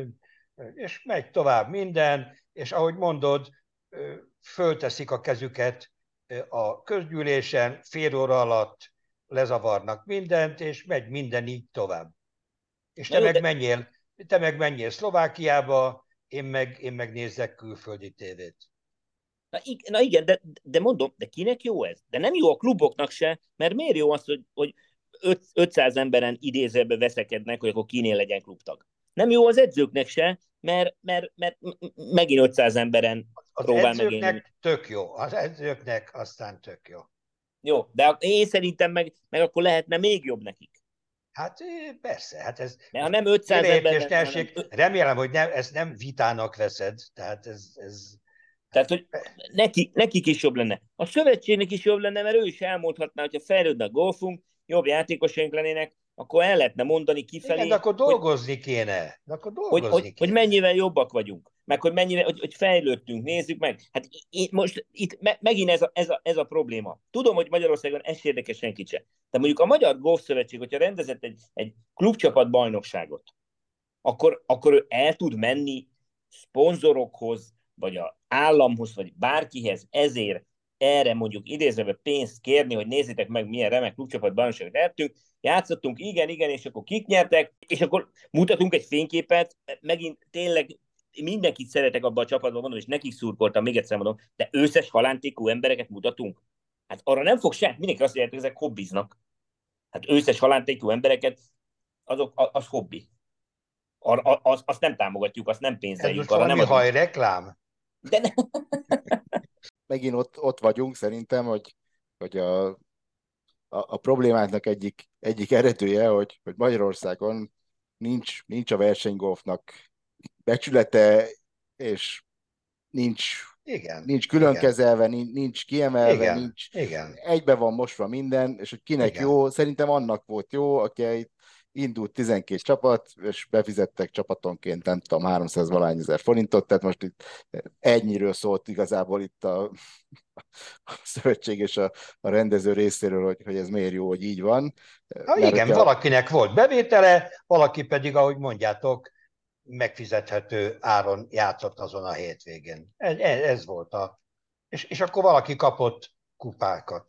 Speaker 1: és megy tovább minden, és ahogy mondod, fölteszik a kezüket a közgyűlésen, fél óra alatt lezavarnak mindent, és megy minden így tovább. És
Speaker 3: na
Speaker 1: te
Speaker 3: jó,
Speaker 1: meg
Speaker 3: de,
Speaker 1: menjél, te meg menjél Szlovákiába, én meg, én meg nézzek külföldi tévét.
Speaker 3: na, ig- na igen, de, de mondom, de kinek jó ez? De nem jó a kluboknak se, mert miért jó az, hogy, hogy öt- ötszáz emberen idézőbe veszekednek, hogy akkor kinél legyen klubtag. Nem jó az edzőknek se, mert, mert, mert megint ötszáz emberen
Speaker 1: Az
Speaker 3: próbál megélni.
Speaker 1: edzőknek tök jó, az edzőknek aztán tök jó.
Speaker 3: Jó, de én szerintem meg, meg akkor lehetne még jobb nekik.
Speaker 1: Hát persze, hát ez
Speaker 3: Mert ha nem ötszáz ember
Speaker 1: félreértés ne
Speaker 3: lenne, hanem...
Speaker 1: essék. Remélem, hogy nem, ezt nem vitának veszed, tehát ez... ez
Speaker 3: Tehát, hogy neki, nekik is jobb lenne. A szövetségnek is jobb lenne, mert ő is elmondhatná, hogyha fejlődne a golfunk, jobb játékosaink lennének, akkor el lehetne mondani
Speaker 1: igen, de
Speaker 3: kifelé,
Speaker 1: akkor
Speaker 3: hogy,
Speaker 1: dolgozni kéne. De akkor
Speaker 3: hogy,
Speaker 1: dolgozni
Speaker 3: hogy, hogy
Speaker 1: kéne.
Speaker 3: mennyivel jobbak vagyunk, meg hogy mennyire, hogy, hogy fejlődtünk, nézzük meg. Hát itt, most itt me, megint ez a, ez, a, ez a probléma. Tudom, hogy Magyarországon ez se érdekes senkit se. De mondjuk a Magyar Golf Szövetség, hogyha rendezett egy, egy klubcsapat bajnokságot, akkor, akkor ő el tud menni szponzorokhoz, vagy a államhoz, vagy bárkihez ezért erre mondjuk idézve pénzt kérni, hogy nézzétek meg, milyen remek klubcsapat bajnokságot eltünk, játszottunk, igen, igen, és akkor kik nyertek, és akkor mutatunk egy fényképet, megint tényleg mindenkit szeretek abban a csapatban, mondom, és nekik szurkoltam, még egyszer mondom, de összes halántékú embereket mutatunk. Hát arra nem fog se, mindenki azt mondja, hogy ezek hobbiznak. Hát összes halántékú embereket, azok, az hobbi. Ar, az, azt nem támogatjuk, azt nem
Speaker 1: Ez
Speaker 3: pénzeljük,
Speaker 1: most
Speaker 3: arra
Speaker 1: valami
Speaker 3: nem adunk.
Speaker 1: hajreklám?
Speaker 3: De ne...
Speaker 2: Megint ott, ott vagyunk szerintem, hogy, hogy a, a, a problémáknak egyik, egyik eredője, hogy, hogy Magyarországon nincs, nincs a versenygolfnak becsülete, és nincs,
Speaker 1: Igen,
Speaker 2: nincs külön
Speaker 1: igen,
Speaker 2: kezelve, nincs, nincs kiemelve,
Speaker 1: igen,
Speaker 2: nincs,
Speaker 1: igen,
Speaker 2: egybe van mosva minden, és hogy kinek
Speaker 1: igen.
Speaker 2: jó, szerintem annak volt jó, aki itt indult tizenkét csapat, és befizettek csapatonként, nem tudom, háromszáz valány ezer forintot, tehát most itt ennyiről szólt igazából itt a, a szövetség és a, a rendező részéről, hogy, hogy ez miért jó, hogy így van.
Speaker 1: Ha
Speaker 2: Mert
Speaker 1: igen,
Speaker 2: hogyha
Speaker 1: valakinek volt bevétele, valaki pedig, ahogy mondjátok, megfizethető áron játszott azon a hétvégén. Ez, ez volt a... És, és akkor valaki kapott kupákat.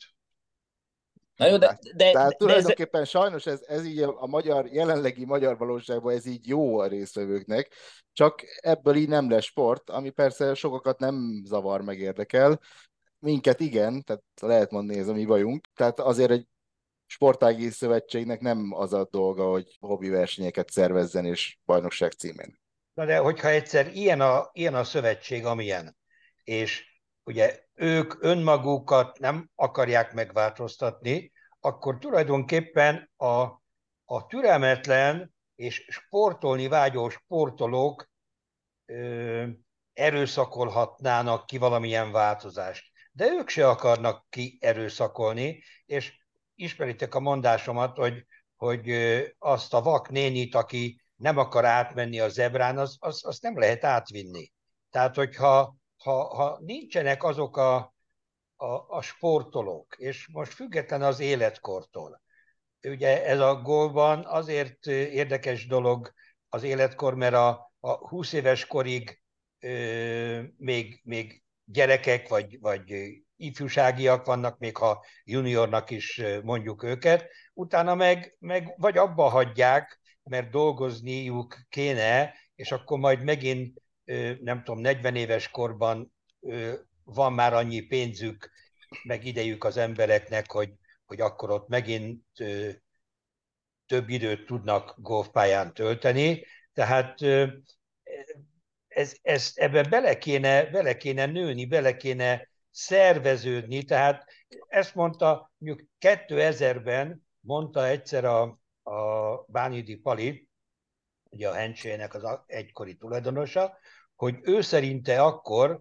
Speaker 3: Na jó, de,
Speaker 2: tehát,
Speaker 3: de, de,
Speaker 2: tehát
Speaker 3: de ez...
Speaker 2: tulajdonképpen sajnos ez, ez így a, a magyar, jelenlegi magyar valóságban ez így jó a résztvevőknek, csak ebből így nem lesz sport, ami persze sokakat nem zavar, meg érdekel. Minket igen, tehát lehet mondani, ez a mi bajunk. Tehát azért egy sportági szövetségnek nem az a dolga, hogy hobbi versenyeket szervezzen és bajnokság címén.
Speaker 1: Na de hogyha egyszer ilyen a, ilyen a szövetség, amilyen, és ugye ők önmagukat nem akarják megváltoztatni, akkor tulajdonképpen a, a türelmetlen és sportolni vágyó sportolók ö, erőszakolhatnának ki valamilyen változást. De ők se akarnak ki erőszakolni, és ismeritek a mondásomat, hogy, hogy azt a vak nénit, aki nem akar átmenni a zebrán, az, az, azt nem lehet átvinni. Tehát, hogyha ha, ha nincsenek azok a, a, a sportolók, és most független az életkortól, ugye ez a gólban azért érdekes dolog az életkor, mert a, a húsz éves korig ö, még, még gyerekek vagy, vagy ifjúságiak vannak, még ha juniornak is mondjuk őket, utána meg, meg vagy abba hagyják, mert dolgozniuk kéne, és akkor majd megint, nem tudom, negyven éves korban van már annyi pénzük, meg idejük az embereknek, hogy, hogy akkor ott megint több időt tudnak golfpályán tölteni. Tehát ez, ez, ebben bele kéne, bele kéne nőni, bele kéne szerveződni, tehát ezt mondta, mondjuk kétezerben mondta egyszer a, a Bánhidi Pali, ugye a Hencsének az egykori tulajdonosa, hogy ő szerinte akkor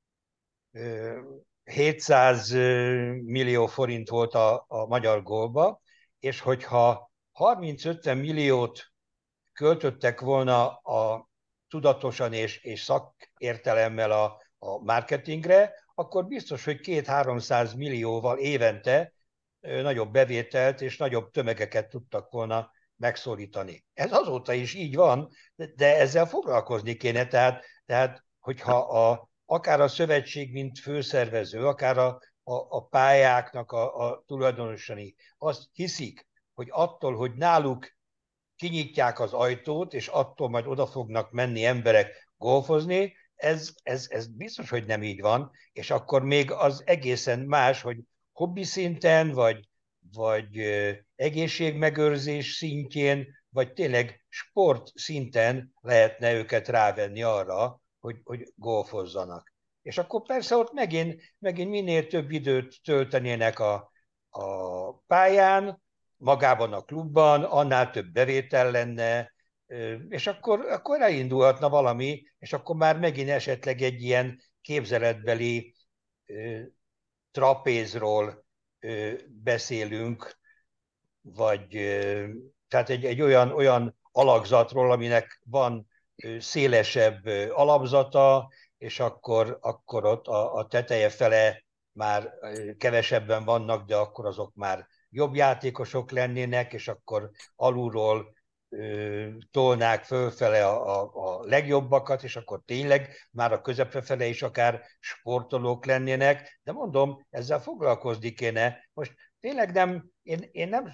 Speaker 1: hétszáz millió forint volt a, a magyar gólba, és hogyha harminc-ötven milliót költöttek volna a tudatosan és, és szakértelemmel a, a marketingre, akkor biztos, hogy két-háromszáz millióval évente nagyobb bevételt és nagyobb tömegeket tudtak volna megszólítani. Ez azóta is így van, de ezzel foglalkozni kéne, tehát, tehát hogyha a, akár a szövetség, mint főszervező, akár a, a, a pályáknak a, a tulajdonosai azt hiszik, hogy attól, hogy náluk kinyitják az ajtót, és attól majd oda fognak menni emberek golfozni, ez, ez, ez biztos, hogy nem így van, és akkor még az egészen más, hogy hobbi szinten, vagy, vagy egészségmegőrzés szintjén, vagy tényleg sport szinten lehetne őket rávenni arra, hogy, hogy golfozzanak. És akkor persze ott megint, megint minél több időt töltenének a, a pályán, magában a klubban, annál több bevétel lenne, és akkor, akkor elindulhatna valami, és akkor már megint esetleg egy ilyen képzeletbeli trapézról beszélünk, vagy tehát egy, egy olyan, olyan alakzatról, aminek van szélesebb alapzata, és akkor, akkor ott a, a teteje fele már kevesebben vannak, de akkor azok már jobb játékosok lennének, és akkor alulról ö, tolnák fölfele a, a, a legjobbakat, és akkor tényleg már a közepre fele is akár sportolók lennének, de mondom, ezzel foglalkozni kéne. Most tényleg nem, én, én nem,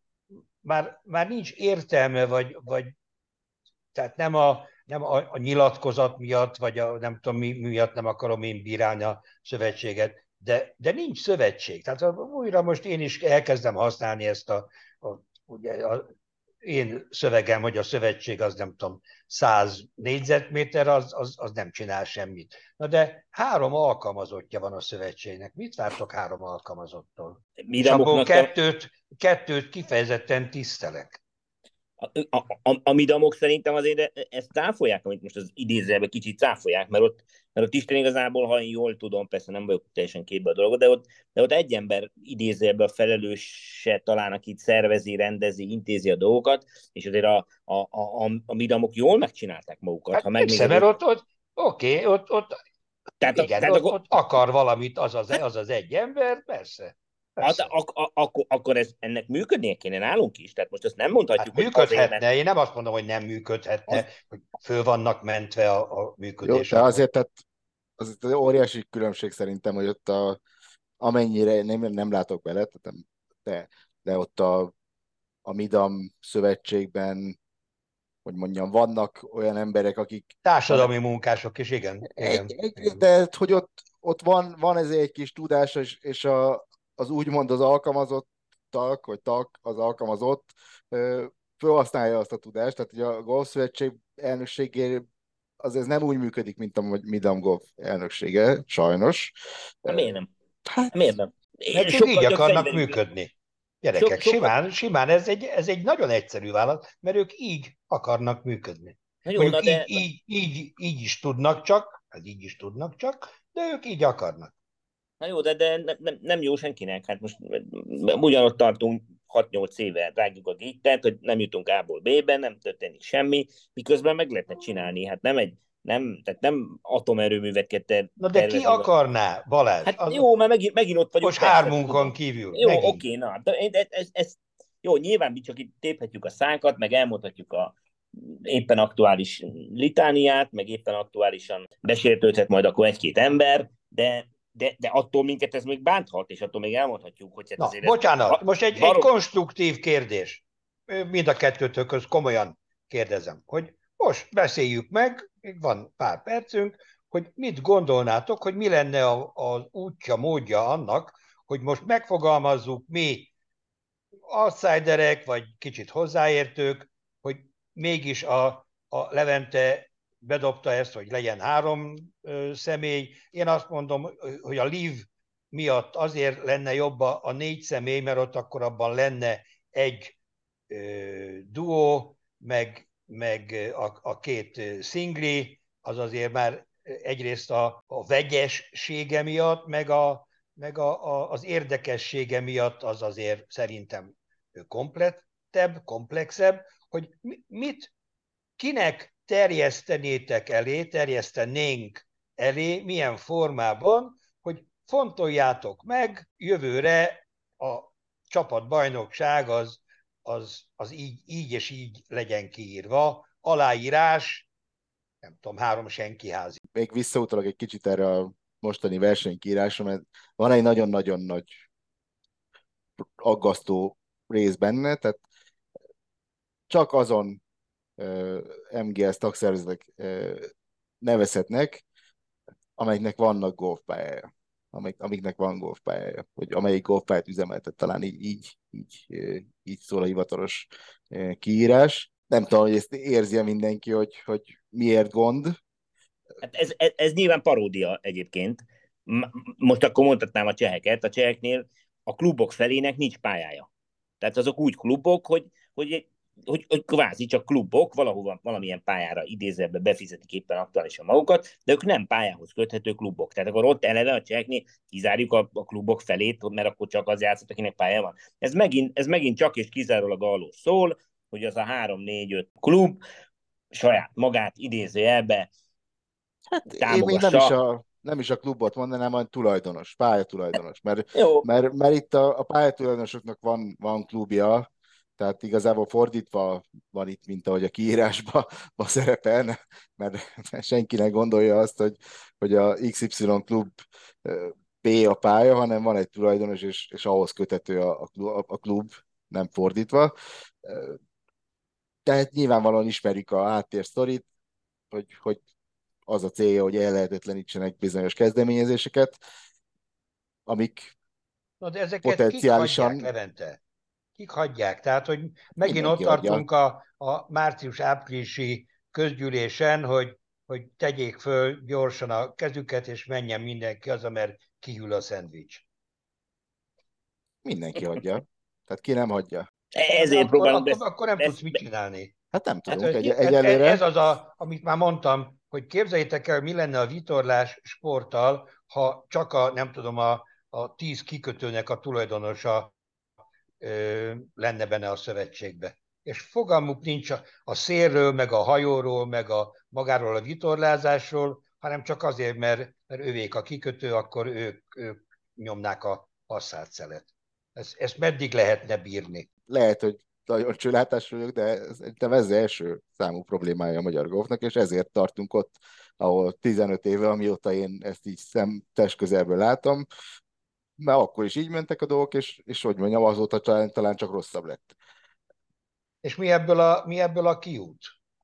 Speaker 1: már, már nincs értelme, vagy, vagy tehát nem a, nem a, a nyilatkozat miatt, vagy a, nem tudom mi miatt nem akarom én bírálni a szövetséget, de, de nincs szövetség. Tehát újra most én is elkezdem használni ezt a, a, ugye a én szövegem, hogy a szövetség az nem tudom, száz négyzetméter, az, az, az nem csinál semmit. Na de három alkalmazottja van a szövetségnek. Mit vártok három alkalmazottól? És abból kettőt, kettőt kifejezetten tisztelek.
Speaker 3: A, a, a, a midamok szerintem azért ezt cáfolják, amit most az idézőjelben kicsit cáfolják, mert ott, mert ott Isten igazából, ha én jól tudom, persze nem vagyok teljesen képbe a dolgot, de ott, de ott egy ember idézőjelben a felelőse talán, akit szervezi, rendezi, intézi a dolgokat, és azért a, a, a, a midamok jól megcsinálták magukat.
Speaker 1: Hát
Speaker 3: ha
Speaker 1: megnézed, mert ott, ott oké, okay, ott, ott, tehát, igen, tehát ott, akkor, ott akar valamit az az, az az egy ember, persze.
Speaker 3: Hát, ak- ak- akkor, akkor ez, ennek működnie kéne nálunk is, tehát most ezt nem mondhatjuk,
Speaker 1: hát hogy működhetne, mert... én nem azt mondom, hogy nem működhetne, az... hogy föl vannak mentve a, a működés.
Speaker 2: Jó, de azért, tehát az óriási különbség szerintem, hogy ott a, amennyire nem, nem látok bele, de, de ott a, a Midam szövetségben, hogy mondjam, vannak olyan emberek, akik...
Speaker 1: Társadalmi munkások is, igen.
Speaker 2: Egy,
Speaker 1: igen,
Speaker 2: egy,
Speaker 1: igen.
Speaker 2: De hogy ott, ott van, van ez egy kis tudás, és, és a, az úgymond az alkalmazottak, vagy tak, az alkalmazott felhasználja azt a tudást, tehát hogy a golfszövetség elnökségé az ez nem úgy működik, mint a Midam Golf elnöksége, sajnos.
Speaker 3: Hát miért nem? Hát miért nem?
Speaker 1: Mert ők így akarnak működni. Gyerekek, so, simán, simán ez, egy, ez egy nagyon egyszerű válasz, mert ők így akarnak működni. Jó, Mondjuk így, de... így, így, így is tudnak csak, hát így is tudnak csak, de ők így akarnak.
Speaker 3: Na jó, de, de nem, nem jó senkinek. Hát most ugyanott tartunk hat-nyolc éve, rágjuk a gittet, hogy nem jutunk A-ból B-ben, nem történik semmi, miközben meg lehetne csinálni. Hát nem egy, nem, tehát nem atomerőműveket ter-
Speaker 1: Na de ki akarná, Balázs?
Speaker 3: Hát az... jó, mert megint, megint ott vagyunk.
Speaker 1: Most hármunkon kívül.
Speaker 3: Jó, oké, okay, na. De ez, ez, ez, jó, nyilván mi csak itt téphetjük a szánkat, meg elmondhatjuk a éppen aktuális litániát, meg éppen aktuálisan besértődhet majd akkor egy-két ember, de De, de attól minket ez még bánthat, és attól még elmondhatjuk, hogy... Hát
Speaker 1: Na,
Speaker 3: azért
Speaker 1: bocsánat,
Speaker 3: ez,
Speaker 1: most egy, barom... egy konstruktív kérdés. Mind a kettőtökhöz komolyan kérdezem, hogy most beszéljük meg, még van pár percünk, hogy mit gondolnátok, hogy mi lenne az útja, módja annak, hogy most megfogalmazzuk mi outsiderek, vagy kicsit hozzáértők, hogy mégis a, a Levente bedobta ezt, hogy legyen három ö, személy. Én azt mondom, hogy a Liv miatt azért lenne jobb a, a négy személy, mert ott akkor abban lenne egy ö, duó, meg, meg a, a két szingli, az azért már egyrészt a, a vegyessége miatt, meg, a, meg a, a, az érdekessége miatt az azért szerintem komplettebb, komplexebb, hogy mit, kinek terjesztenétek elé, terjesztenénk elé, milyen formában, hogy fontoljátok meg, jövőre a csapatbajnokság az, az, az így, így és így legyen kiírva, aláírás, nem tudom, három senkiházi.
Speaker 2: Még visszautalok egy kicsit erre a mostani versenykiírásra, mert van egy nagyon-nagyon nagy aggasztó rész benne, tehát csak azon em gé es tagszervezetek nevezhetnek, amelyiknek vannak golfpályája, amelyik, amiknek van golfpályája, hogy amelyik golfpályát üzemeltet, talán így, így, így, így szól a hivatalos kiírás. Nem tudom, hogy ezt érzi mindenki, hogy, hogy miért gond.
Speaker 3: Hát ez, ez, ez nyilván paródia egyébként. Most akkor mondhatnám a cseheket, a cseheknél a klubok felének nincs pályája. Tehát azok úgy klubok, hogy, hogy Hogy, hogy kvázi csak klubok valahova, valamilyen pályára idézőbe befizetik éppen aktuálisan magukat, de ők nem pályához köthető klubok. Tehát akkor ott eleve a cseheknél kizárjuk a, a klubok felét, mert akkor csak az játszott, akinek pálya van. Ez megint, ez megint csak és kizárólag arról szól, hogy az a három négy öt klub saját magát idézőjelbe
Speaker 2: hát
Speaker 3: támogassa.
Speaker 2: Én még nem is a, nem is a klubot mondanám, hanem tulajdonos, pályatulajdonos. Mert,
Speaker 3: Jó.
Speaker 2: mert, mert itt a, a pályatulajdonosoknak van, van klubja, tehát igazából fordítva van itt, mint ahogy a kiírásban szerepel, mert senki nem gondolja azt, hogy, hogy a iksz ipszilon klub B a pálya, hanem van egy tulajdonos, és, és ahhoz kötető a, a, a klub, nem fordítva. Tehát nyilvánvalóan ismerjük a háttérsztorit, hogy, hogy az a célja, hogy ellehetetlenítsenek bizonyos kezdeményezéseket, amik
Speaker 1: Na de ezeket
Speaker 2: potenciálisan...
Speaker 1: kik hagyják, Levente? Kik hagyják? Tehát, hogy megint
Speaker 2: Mindenki
Speaker 1: ott
Speaker 2: hagyja.
Speaker 1: tartunk a, a március-áprilisi közgyűlésen, hogy, hogy tegyék föl gyorsan a kezüket, és menjen mindenki az, mert kihűl a szendvics.
Speaker 2: Mindenki hagyja. Tehát ki nem hagyja.
Speaker 3: Ezért
Speaker 1: akkor,
Speaker 3: próbálunk
Speaker 1: akkor,
Speaker 3: besz-
Speaker 1: akkor nem
Speaker 3: besz-
Speaker 1: tudsz mit csinálni.
Speaker 2: Hát nem
Speaker 1: Hát,
Speaker 2: tudunk, egy,
Speaker 1: ez,
Speaker 2: egyelőre.
Speaker 1: ez az, a, amit már mondtam, hogy képzeljétek el, mi lenne a vitorlás sporttal, ha csak a, nem tudom, a, a tíz kikötőnek a tulajdonosa ö, lenne benne a szövetségbe. És fogalmuk nincs a, a szélről, meg a hajóról, meg a magáról a vitorlázásról, hanem csak azért, mert, mert ővék a kikötő, akkor ők, ők nyomnák a haszátszelet. Ez, ezt meddig lehetne bírni?
Speaker 2: Lehet, hogy nagyon csőlátás vagyok, de szerintem ez az első számú problémája a magyar golfnak, és ezért tartunk ott, ahol tizenöt éve, amióta én ezt így szem test közelből látom, mert akkor is így mentek a dolgok, és, és hogy mondjam, azóta talán, talán csak rosszabb lett.
Speaker 1: És mi ebből a, mi ebből a kiút?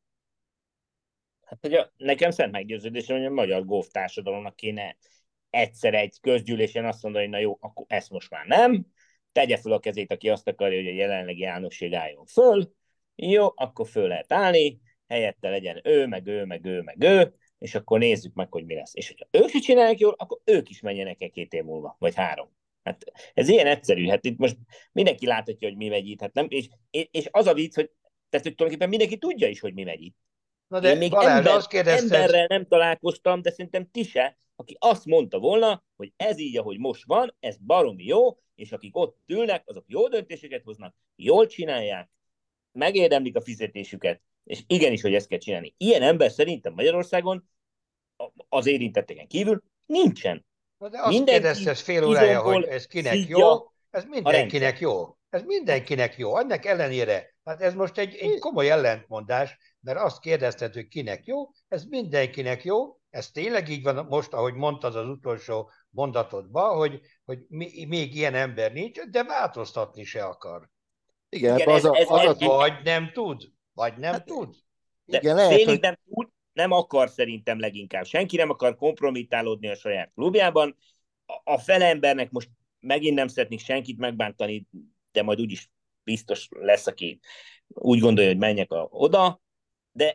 Speaker 3: Hát, hogy a, nekem szent meggyőződésem, hogy a magyar golf társadalomnak kéne egyszer egy közgyűlésen azt mondani, hogy na jó, akkor ezt most már nem, tegye föl a kezét, aki azt akarja, hogy a jelenlegi elnökség álljon föl, jó, akkor föl lehet állni, helyette legyen ő, meg ő, meg ő, meg ő, és akkor nézzük meg, hogy mi lesz. És hogyha ők is csinálják jól, akkor ők is menjenek el két év múlva, vagy három. Hát ez ilyen egyszerű, hát itt most mindenki láthatja, hogy mi megy itt, hát nem, és, és az a vicc, hogy, tehát, hogy tulajdonképpen mindenki tudja is, hogy mi megy itt.
Speaker 1: Na de
Speaker 3: Én még
Speaker 1: Balázs,
Speaker 3: ember,
Speaker 1: azt kérdezted...
Speaker 3: emberrel nem találkoztam, de szerintem ti se, aki azt mondta volna, hogy ez így, ahogy most van, ez baromi jó, és akik ott ülnek, azok jó döntéseket hoznak, jól csinálják, megérdemlik a fizetésüket, és igenis, hogy ezt kell csinálni. Ilyen ember szerintem Magyarországon az érintetteken kívül nincsen.
Speaker 1: Na de azt
Speaker 3: Mindenki
Speaker 1: kérdezted fél órája,
Speaker 3: izomból
Speaker 1: hogy ez kinek
Speaker 3: szidja
Speaker 1: jó, ez
Speaker 3: a
Speaker 1: mindenkinek
Speaker 3: rendszer.
Speaker 1: jó. Ez mindenkinek jó. Ennek ellenére, hát ez most egy, egy komoly ellentmondás, mert azt kérdezted, hogy kinek jó, ez mindenkinek jó, ez tényleg így van most, ahogy mondtad az utolsó mondatodban, hogy, hogy még ilyen ember nincs, de változtatni se akar.
Speaker 2: Igen,
Speaker 3: Igen,
Speaker 2: ebbe
Speaker 3: ez,
Speaker 2: az a,
Speaker 3: ez,
Speaker 2: az
Speaker 3: ez,
Speaker 2: a,
Speaker 1: Vagy nem tud, vagy nem
Speaker 2: Hát,
Speaker 1: tud.
Speaker 3: de
Speaker 2: igen, lehet,
Speaker 3: félig
Speaker 2: hogy
Speaker 3: nem tud, nem akar szerintem leginkább. Senki nem akar kompromittálódni a saját klubjában. A, a fele embernek most megint nem szeretnék senkit megbántani, de majd úgyis biztos lesz, aki úgy gondolja, hogy menjek a, oda, de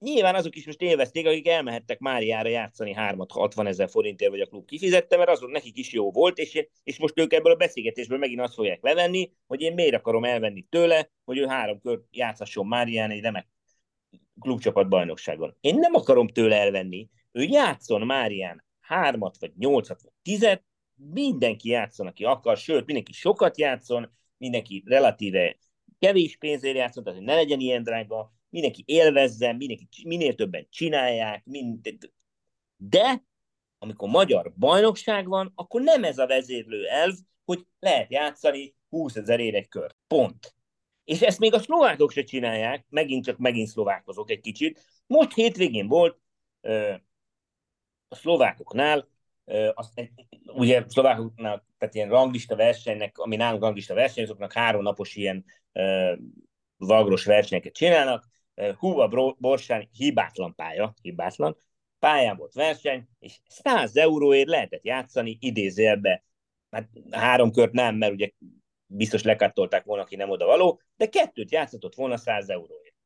Speaker 3: nyilván azok is most élvezték, akik elmehettek Máriára játszani hármat hatvan ezer forintért, vagy a klub kifizette, mert azon nekik is jó volt, és, én, és most ők ebből a beszélgetésből megint azt fogják levenni, hogy én miért akarom elvenni tőle, hogy ő három kört játszasson Márián egy remek klubcsapat bajnokságon. Én nem akarom tőle elvenni, ő játszon Márián hármat, vagy nyolcat, vagy tizet, mindenki játszon, aki akar, sőt, mindenki sokat játszon, mindenki relatíve kevés pénzért játszon, tehát hogy ne legyen ilyen drága, mindenki élvezzen, mindenki minél többen csinálják, mind... de amikor magyar bajnokság van, akkor nem ez a vezérlő elv, hogy lehet játszani húszezerért egy kört. Pont. És ezt még a szlovákok se csinálják, megint csak megint szlovákozok egy kicsit. Most hétvégén volt ö, a szlovákoknál, ö, az, ugye szlovákoknál, tehát ilyen ranglista versenynek, ami nálunk ranglista verseny, azoknak három napos ilyen ö, vagros versenyeket csinálnak. Huba Borsán hibátlan pálya, hibátlan pályán volt verseny, és száz euróért lehetett játszani idézőjelbe. Hát három kört nem, mert ugye biztos lekattolták volna, aki nem oda való, de kettőt játszott volna száz euróért.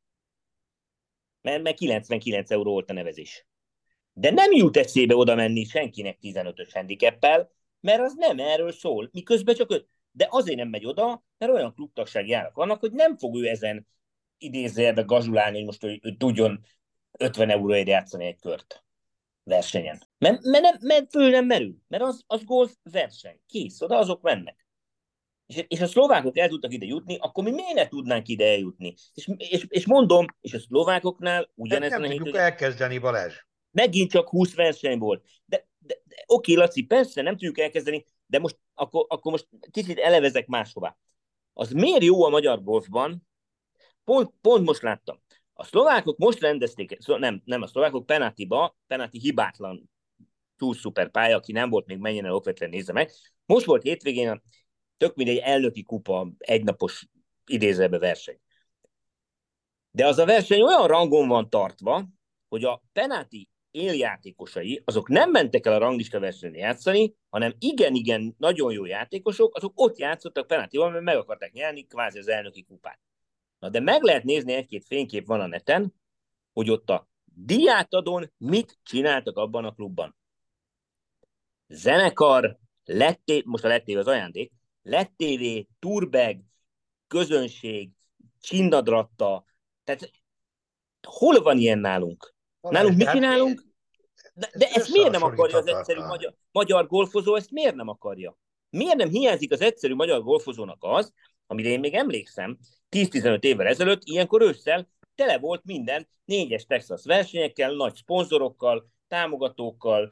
Speaker 3: Mert, mert kilencvenkilenc euró volt a nevezés. De nem jut eszébe oda menni senkinek tizenötös handicappel, mert az nem erről szól. Miközben csak ő, de azért nem megy oda, mert olyan klubtagsági árak vannak, hogy nem fog ő ezen idézőjelbe gazsulálni, hogy most ő, ő tudjon ötven euróért játszani egy kört versenyen. Mert, mert, nem, mert föl nem merül. Mert az, az golf verseny. Kész, oda azok mennek. És, és a szlovákok el tudtak ide jutni, akkor mi miért ne tudnánk ide eljutni? És, és, és mondom, és a szlovákoknál ugyanez
Speaker 1: nem
Speaker 3: a
Speaker 1: tudjuk
Speaker 3: hétfőn...
Speaker 1: elkezdeni, Balázs.
Speaker 3: Megint csak húsz verseny volt. De, de, de oké, Laci, persze nem tudjuk elkezdeni, de most akkor, akkor most kicsit elevezek máshová. Az miért jó a magyar golfban? Pont, pont most láttam. A szlovákok most rendezték, nem, nem a szlovákok, Penatiba, Penati hibátlan túl szuper pálya, aki nem volt még menjen el okvetlen, nézze meg. Most volt hétvégén a tök mindegy elnöki kupa, egynapos idézőbe verseny. De az a verseny olyan rangon van tartva, hogy a Penati éljátékosai, azok nem mentek el a ranglista versenyen játszani, hanem igen-igen nagyon jó játékosok, azok ott játszottak Penatival, mert meg akarták nyerni kvázi az elnöki kupát. Na de meg lehet nézni, egy-két fénykép van a neten, hogy ott a diátadon mit csináltak abban a klubban. Zenekar, letté, most a lettévé az ajándék, lettévé, turbeg, közönség, csinnadratta, tehát hol van ilyen nálunk?
Speaker 1: Balázs,
Speaker 3: Nálunk mit
Speaker 1: hát
Speaker 3: csinálunk? De, de ezt miért nem akarja az egyszerű
Speaker 1: összehasonlíthatatlan.
Speaker 3: magyar, magyar golfozó, ezt miért nem akarja? Miért nem hiányzik az egyszerű magyar golfozónak az, amire én még emlékszem, tíz-tizenöt évvel ezelőtt, ilyenkor ősszel tele volt minden négyes Texas versenyekkel, nagy szponzorokkal, támogatókkal,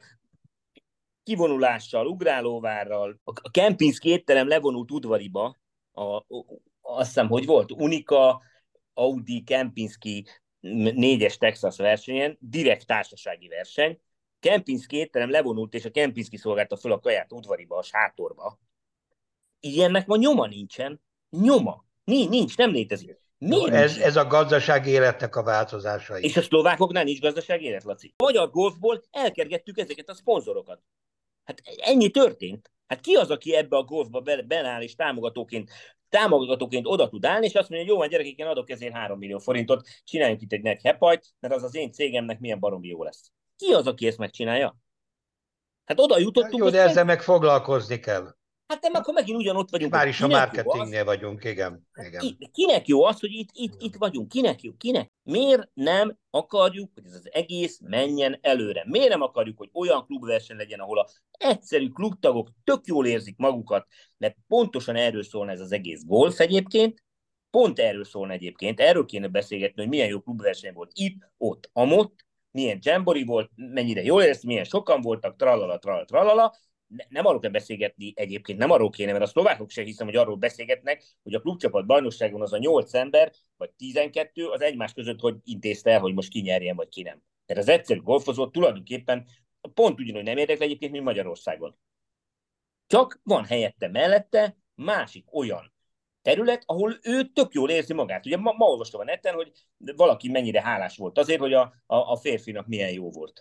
Speaker 3: kivonulással, ugrálóvárral. A Kempinski étterem levonult udvariba, a, a, azt hiszem, hogy volt Unica, Audi, Kempinski négyes Texas versenyen, direkt társasági verseny. Kempinski étterem levonult, és a Kempinski szolgálta föl a kaját udvariba, a sátorba. Ilyennek ma nyoma nincsen. Nyoma. Nincs, nincs nem létezik.
Speaker 1: Jó, ez, ez a gazdasági életnek a változása is.
Speaker 3: És a szlovákoknál nincs gazdasági élet, Laci. A magyar golfból elkergettük ezeket a szponzorokat. Hát ennyi történt. Hát ki az, aki ebbe a golfba beláll és támogatóként, támogatóként oda tud állni, és azt mondja, hogy jó, van gyerekek, én adok ezért három millió forintot, csináljunk itt egy nagy hepajt, mert az az én cégemnek milyen baromi jó lesz. Ki az, aki ezt megcsinálja? Hát oda jutottunk,
Speaker 1: jó, de ezzel meg foglalkozni kell.
Speaker 3: Hát nem, akkor megint ugyanott vagyunk.
Speaker 1: Már is a marketingnél vagyunk, igen. igen.
Speaker 3: Kinek jó az, hogy itt, itt, itt vagyunk? Kinek jó? Kinek? Miért nem akarjuk, hogy ez az egész menjen előre? Miért nem akarjuk, hogy olyan klubverseny legyen, ahol a egyszerű klubtagok tök jól érzik magukat, mert pontosan erről szólna ez az egész golf egyébként, pont erről szólna egyébként, erről kéne beszélgetni, hogy milyen jó klubverseny volt itt, ott, amott, milyen dzsembori volt, mennyire jól érzi, milyen sokan voltak, tralala, tralala, tralala. Nem arról kell beszélgetni egyébként, nem arról kéne, mert a szlovákok sem hiszem, hogy arról beszélgetnek, hogy a klubcsapat bajnokságon az a nyolc ember, vagy tizenkettő, az egymás között, hogy intézte el, hogy most ki nyerjen, vagy ki nem. Tehát az egyszerű golfozó tulajdonképpen pont ugyanúgy nem érdekel egyébként, mint Magyarországon. Csak van helyette mellette másik olyan terület, ahol ő tök jól érzi magát. Ugye ma, ma olvastam a neten, hogy valaki mennyire hálás volt azért, hogy a, a, a férfinak milyen jó volt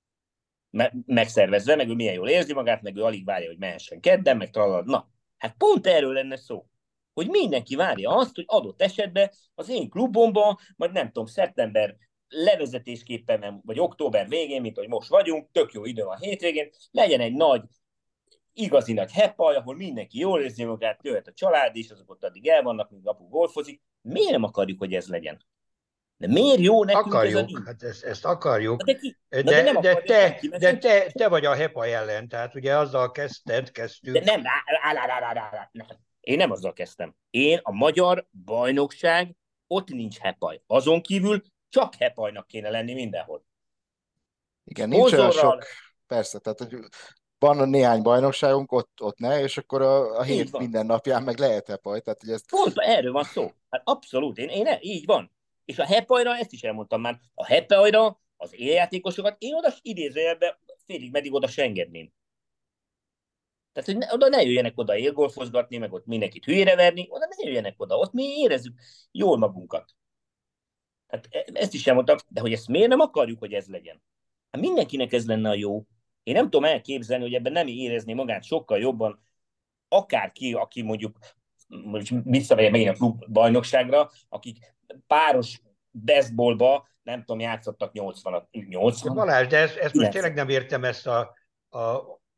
Speaker 3: megszervezve, meg ő milyen jól érzi magát, meg ő alig várja, hogy mehessen kedden, meg tralad. Na, hát pont erről lenne szó. Hogy mindenki várja azt, hogy adott esetben az én klubomban, majd nem tudom, szeptember levezetésképpen, vagy október végén, mint hogy most vagyunk, tök jó idő van hétvégén, legyen egy nagy, igazi nagy heppaj, ahol mindenki jól érzi magát, jöhet a család is, azok ott addig el vannak, míg apu golfozik. Miért nem akarjuk, hogy ez legyen? De miért jó nekünk
Speaker 1: Akarjuk,
Speaker 3: ez a nincs?
Speaker 1: hát ezt, ezt akarjuk,
Speaker 3: De, ki?
Speaker 1: de,
Speaker 3: Na de nem
Speaker 1: de,
Speaker 3: akarja
Speaker 1: te,
Speaker 3: senki, mert
Speaker 1: de
Speaker 3: senki...
Speaker 1: te, te vagy a HEPA ellen, tehát ugye azzal kezdted,
Speaker 3: De
Speaker 1: kezdtük.
Speaker 3: nem, á, á, á, á, á, á, nem. Én nem azzal kezdtem. Én a magyar bajnokság, ott nincs hepaj. Azon kívül csak hepajnak kéne lenni mindenhol.
Speaker 2: Igen, nincs olyan
Speaker 3: Szponzorral,
Speaker 2: sok, persze, tehát hogy van néhány bajnokságunk, ott, ott ne, és akkor a, a
Speaker 3: így
Speaker 2: hét
Speaker 3: van.
Speaker 2: minden napján meg lehet hepaj, tehát hogy ezt...
Speaker 3: Pont erről van szó. Hát abszolút, én, én így van. És a hepajra, ezt is elmondtam már, a hepajra az éljátékosokat én oda idézőjelben félig meddig oda se engedném. Tehát, hogy ne, oda ne jöjjenek oda élgolfozgatni, meg ott mindenkit hülyére verni, oda ne jöjjenek oda, ott mi érezzük jól magunkat. Hát e- ezt is elmondtam, de hogy ezt miért nem akarjuk, hogy ez legyen? Hát mindenkinek ez lenne a jó. Én nem tudom elképzelni, hogy ebben nem érezni magát sokkal jobban akárki, aki mondjuk, most visszamegyek megint a klub bajnokságra, akik páros baseballba, nem tudom, játszottak nyolcvan, nyolcvan,
Speaker 1: Balázs, de ezt, ezt most
Speaker 3: kilencven.
Speaker 1: tényleg nem értem ezt a, a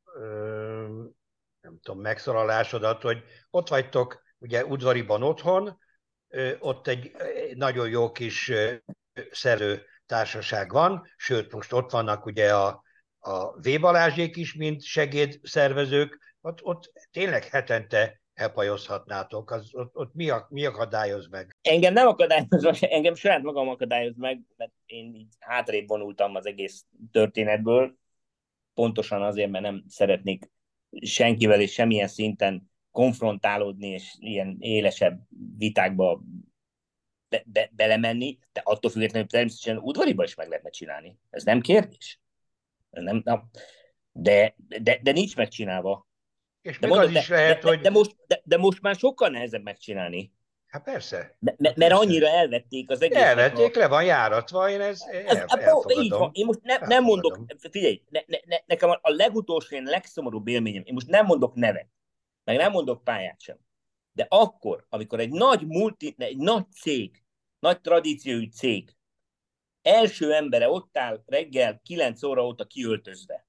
Speaker 1: ö, nem tudom, megszólalásodat, hogy ott vagytok, ugye udvariban otthon, ö, ott egy egy nagyon jó kis ö, szerző társaság van, sőt, most ott vannak ugye a, a V. Balázsék is, mint segédszervezők, ott, ott tényleg hetente hepajozhatnátok, az, ott, ott mi, a, mi akadályoz meg?
Speaker 3: Engem nem akadályoz meg, engem saját magam akadályoz meg, mert én így hátrébb vonultam az egész történetből, pontosan azért, mert nem szeretnék senkivel és semmilyen szinten konfrontálódni, és ilyen élesebb vitákba be, be, belemenni, de attól függetlenül természetesen udvariban is meg lehetne csinálni. Ez nem kérdés. Nem, nem. De, de, de nincs megcsinálva.
Speaker 1: És
Speaker 3: De
Speaker 1: még az
Speaker 3: mondom, de,
Speaker 1: is lehet,
Speaker 3: de, de,
Speaker 1: hogy...
Speaker 3: de, most, de, de most már sokkal nehezebb megcsinálni.
Speaker 1: Hát persze.
Speaker 3: De,
Speaker 1: Hát
Speaker 3: mert
Speaker 1: persze.
Speaker 3: annyira elvették az egésznek
Speaker 1: Elvették,
Speaker 3: a...
Speaker 1: le van járatva, én ezt
Speaker 3: Ez,
Speaker 1: el,
Speaker 3: ez, így van.
Speaker 1: elfogadom.
Speaker 3: Én most ne, nem mondok,
Speaker 1: Elfogadom.
Speaker 3: figyelj, ne, ne, ne, nekem a, a legutolsó, én legszomorúbb élményem, én most nem mondok nevet, meg nem mondok pályát sem. De akkor, amikor egy nagy multi, egy nagy cég, nagy tradíciójú cég első embere ott áll reggel kilenc óra óta kiöltözve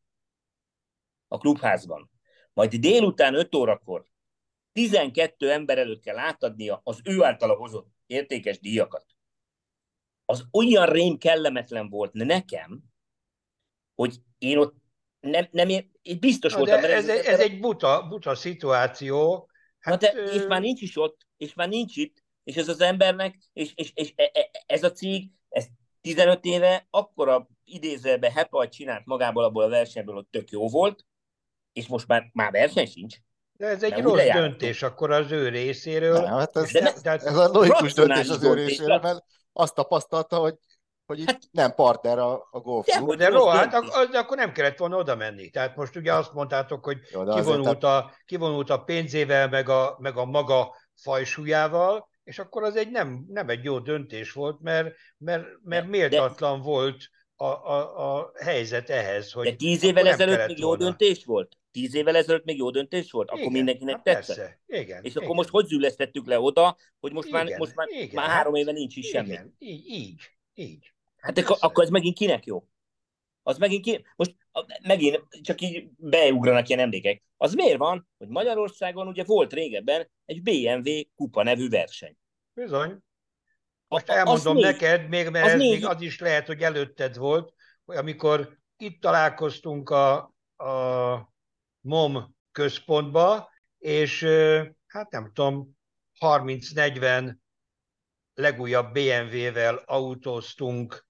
Speaker 3: a klubházban, majd délután öt órakor tizenkettő ember előtt kell átadnia az ő általa hozott értékes díjakat. Az olyan rém kellemetlen volt nekem, hogy én ott nem, nem én, én biztos
Speaker 1: Na,
Speaker 3: voltam
Speaker 1: de
Speaker 3: benne,
Speaker 1: ez,
Speaker 3: ez,
Speaker 1: ez egy buta, buta szituáció.
Speaker 3: na
Speaker 1: Hát,
Speaker 3: de, és már nincs is ott, és már nincs itt, és ez az embernek, és, és, és e, e, ez a cég, ez tizenöt éve akkora idézőben hepajt csinált magából abból a versenyből, hogy tök jó volt, és most már, már verseny sincs.
Speaker 1: de ez egy
Speaker 3: Mert
Speaker 1: rossz
Speaker 3: újra
Speaker 1: döntés akkor az ő részéről.
Speaker 2: Nem, hát ez,
Speaker 3: De ne,
Speaker 1: Tehát,
Speaker 2: ez a logikus döntés
Speaker 3: racionális
Speaker 2: az ő
Speaker 3: döntés.
Speaker 2: részéről, mert azt tapasztalta, hogy, hogy itt
Speaker 3: Hát
Speaker 2: nem partner a, a golfklub.
Speaker 3: dehogy
Speaker 1: de
Speaker 3: rossz
Speaker 1: rohadt,
Speaker 3: döntés.
Speaker 1: az, akkor nem kellett volna oda menni. Tehát most ugye azt mondtátok, hogy
Speaker 2: Jó, de azért,
Speaker 1: kivonult
Speaker 2: tehát,
Speaker 1: a, kivonult a pénzével, meg a, meg a maga fajsúlyával, és akkor az egy nem, nem egy jó döntés volt, mert, mert, mert
Speaker 3: De, de,
Speaker 1: méltatlan volt a, a, a helyzet ehhez,
Speaker 3: de
Speaker 1: hogy
Speaker 3: tíz
Speaker 1: akkor
Speaker 3: évvel
Speaker 1: nem
Speaker 3: ezelőtt
Speaker 1: kellett
Speaker 3: még jó
Speaker 1: volna.
Speaker 3: döntés volt? Tíz évvel ezelőtt még jó döntés volt? Akkor
Speaker 1: Igen,
Speaker 3: mindenkinek
Speaker 1: hát
Speaker 3: tetszett?
Speaker 1: persze, igen,
Speaker 3: És akkor
Speaker 1: igen.
Speaker 3: most hogy züllesztettük le oda, hogy most már,
Speaker 1: Igen,
Speaker 3: most már,
Speaker 1: igen,
Speaker 3: már
Speaker 1: hát
Speaker 3: három éve nincs is semmi.
Speaker 1: igen, így, így, így. Hát
Speaker 3: Hát akkor,
Speaker 1: persze.
Speaker 3: akkor ez megint kinek jó? Az megint ki... Most a- megint csak így beugranak ilyen emlékek. Az miért van, hogy Magyarországon ugye volt régebben egy bé em vé kupa nevű verseny.
Speaker 1: Bizony.
Speaker 3: A,
Speaker 1: Most
Speaker 3: a, az
Speaker 1: elmondom
Speaker 3: négy,
Speaker 1: neked, még, mert
Speaker 3: az
Speaker 1: ez még
Speaker 3: négy,
Speaker 1: az is lehet, hogy előtted volt, hogy amikor itt találkoztunk a, a MOM központba, és ö, hát nem tudom, harminc-negyven legújabb bé em vé-vel autóztunk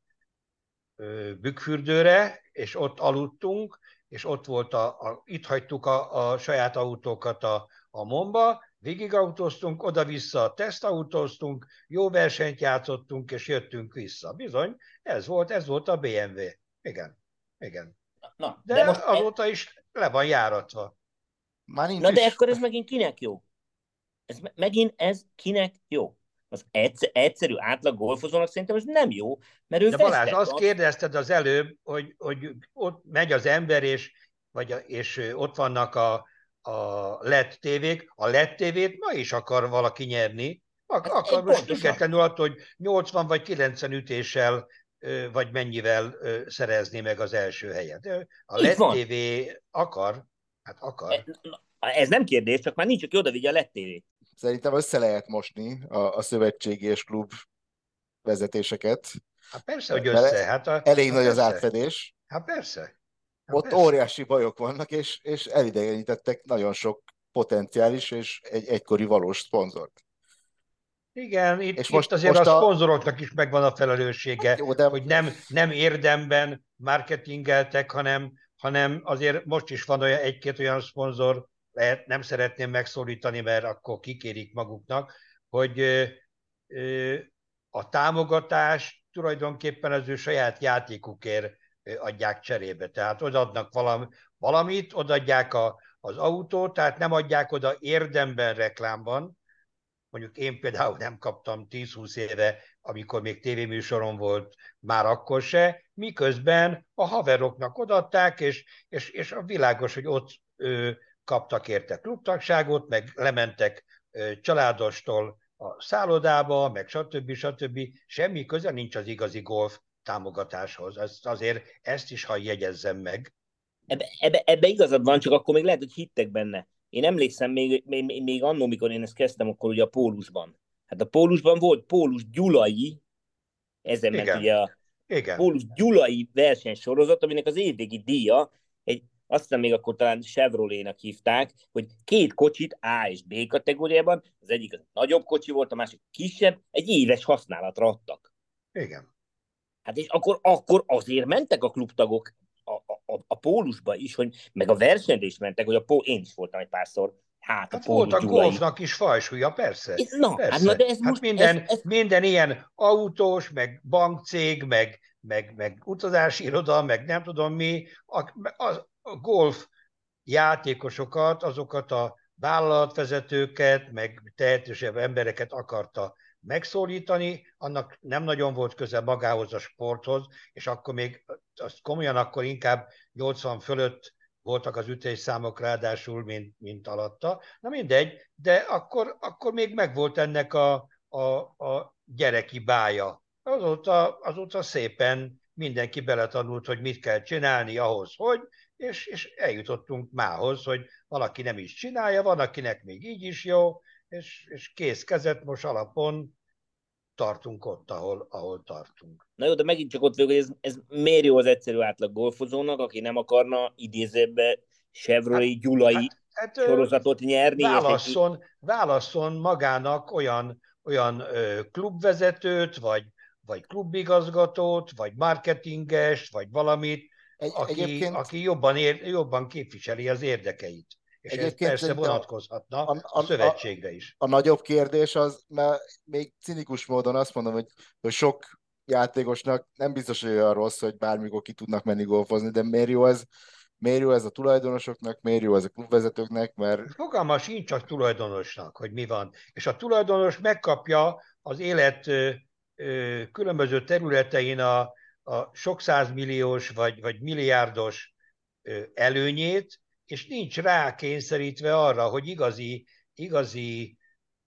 Speaker 1: ö, Bükkfürdőre, és ott aludtunk, és ott volt a, a itt hagytuk a, a saját autókat a, a MOM-ba, végigautóztunk, oda-vissza tesztautóztunk, jó versenyt játszottunk, és jöttünk vissza. Bizony, ez volt, ez volt a bé em vé. Igen, igen.
Speaker 3: na,
Speaker 1: De
Speaker 3: de most, e-
Speaker 1: azóta is le van járatva.
Speaker 2: már nincs
Speaker 3: na de
Speaker 2: is.
Speaker 3: akkor ez megint kinek jó? Ez, me- megint ez kinek jó? Az egyszer, egyszerű átlag golfozónak szerintem ez nem jó, mert ő
Speaker 1: De Balázs,
Speaker 3: vesztett.
Speaker 1: azt kérdezted az előbb, hogy, hogy ott megy az ember, és, vagy a, és ott vannak a, a led tévék. A led tévét ma is akar valaki nyerni. Ak-
Speaker 3: Hát
Speaker 1: akar
Speaker 3: egy
Speaker 1: most
Speaker 3: pontosan.
Speaker 1: függetlenül attól, hogy nyolcvan vagy kilencven ütéssel vagy mennyivel szerezné meg az első helyet. A
Speaker 3: Itt
Speaker 1: Lett
Speaker 3: van.
Speaker 1: té vé akar, hát akar.
Speaker 3: Ez nem kérdés, csak már nincs, aki oda vigye a Lett té vét.
Speaker 2: Szerintem össze lehet mosni a, a szövetségi és klub vezetéseket.
Speaker 1: Hát persze, hogy össze. Hát a,
Speaker 2: elég
Speaker 1: hát
Speaker 2: nagy
Speaker 1: persze.
Speaker 2: az átfedés.
Speaker 1: Hát persze. Hát
Speaker 2: Ott
Speaker 1: persze.
Speaker 2: óriási bajok vannak, és, és elidegenítettek nagyon sok potenciális és egy egykori valós szponzort.
Speaker 1: Igen, itt,
Speaker 2: És
Speaker 1: itt
Speaker 2: most,
Speaker 1: azért
Speaker 2: most
Speaker 1: a
Speaker 2: a...
Speaker 1: szponzoroknak is megvan a felelőssége,
Speaker 2: Jó, de...
Speaker 1: hogy nem, nem érdemben marketingeltek, hanem, hanem azért most is van olyan egy-két olyan szponzor, lehet, nem szeretném megszólítani, mert akkor kikérik maguknak, hogy ö, ö, a támogatás tulajdonképpen az ő saját játékukért adják cserébe. Tehát odaadnak valami, valamit, odaadják a, az autót, tehát nem adják oda érdemben reklámban. Mondjuk én például nem kaptam tíz-húsz éve, amikor még tévéműsorom volt, már akkor se, miközben a haveroknak odaadták, és, és, és a világos, hogy ott ö, kaptak érte klubtagságot, meg lementek ö, családostól a szállodába, meg stb. stb. Semmi köze nincs az igazi golf támogatáshoz. Ezt azért ezt is, ha jegyezzem meg.
Speaker 3: Ebbe, ebbe, ebbe igazad van, csak akkor még lehet, hogy hittek benne. Én emlékszem még, még, még annól, mikor én ezt kezdtem, akkor ugye a Pólusban. Hát a Pólusban volt Pólus Gyulai, ezen ment
Speaker 1: Igen.
Speaker 3: ugye a
Speaker 1: Igen.
Speaker 3: Pólus Gyulai versenysorozat, aminek az évvégi díja, egy, azt hiszem még akkor talán Chevrolet-nak hívták, hogy két kocsit A és B kategóriában, az egyik az nagyobb kocsi volt, a másik kisebb, egy éves használatra adtak.
Speaker 1: Igen.
Speaker 3: Hát és akkor, akkor azért mentek a klubtagok a, a, a Pólusba is, hogy meg a versenyre is mentek, hogy a Pó... én is voltam egy párszor, hát a
Speaker 1: Hát
Speaker 3: Pólus
Speaker 1: volt a
Speaker 3: Gyulai.
Speaker 1: golfnak is fajsúlya, persze.
Speaker 3: Na,
Speaker 1: persze.
Speaker 3: hát, na de ez
Speaker 1: hát
Speaker 3: most...
Speaker 1: minden,
Speaker 3: ez, ez...
Speaker 1: minden ilyen autós, meg bankcég, meg, meg, meg utazási iroda, meg nem tudom mi, a, a, a golf játékosokat, azokat a vállalatvezetőket, meg tehetősebb embereket akarta megszólítani, annak nem nagyon volt köze magához a sporthoz, és akkor még, azt komolyan, akkor inkább nyolcvan fölött voltak az ütésszámok ráadásul, mint, mint alatta. Na mindegy, de akkor, akkor még megvolt ennek a, a, a gyereki bája. Azóta, azóta szépen mindenki beletanult, hogy mit kell csinálni ahhoz, hogy, és, és eljutottunk mához, hogy valaki nem is csinálja, van, akinek még így is jó, és, és kész kezet most alapon tartunk ott, ahol, ahol tartunk.
Speaker 3: Na jó, de megint csak ott vagyok, hogy ez, ez miért jó az egyszerű átlag golfozónak, aki nem akarna idézőbe Chevrolet hát, Gyulai hát, hát, sorozatot nyerni.
Speaker 1: Válasszon, és egy... válasszon magának olyan, olyan ö, klubvezetőt, vagy, vagy klubigazgatót, vagy marketinges, vagy valamit, egy, aki, aki jobban, ér, jobban képviseli az érdekeit. És ez persze vonatkozhatna a, a, a szövetségre is.
Speaker 2: A, a nagyobb kérdés az, mert még cinikus módon azt mondom, hogy, hogy sok játékosnak nem biztos, hogy olyan rossz, hogy bármikor ki tudnak menni golfozni, de miért jó ez, miért jó ez a tulajdonosoknak, miért jó ez a klubvezetőknek, mert...
Speaker 1: Fogalma sincs a tulajdonosnak, hogy mi van. És a tulajdonos megkapja az élet ö, ö, különböző területein a, a sok százmilliós vagy, vagy milliárdos ö, előnyét, és nincs rá kényszerítve arra, hogy igazi, igazi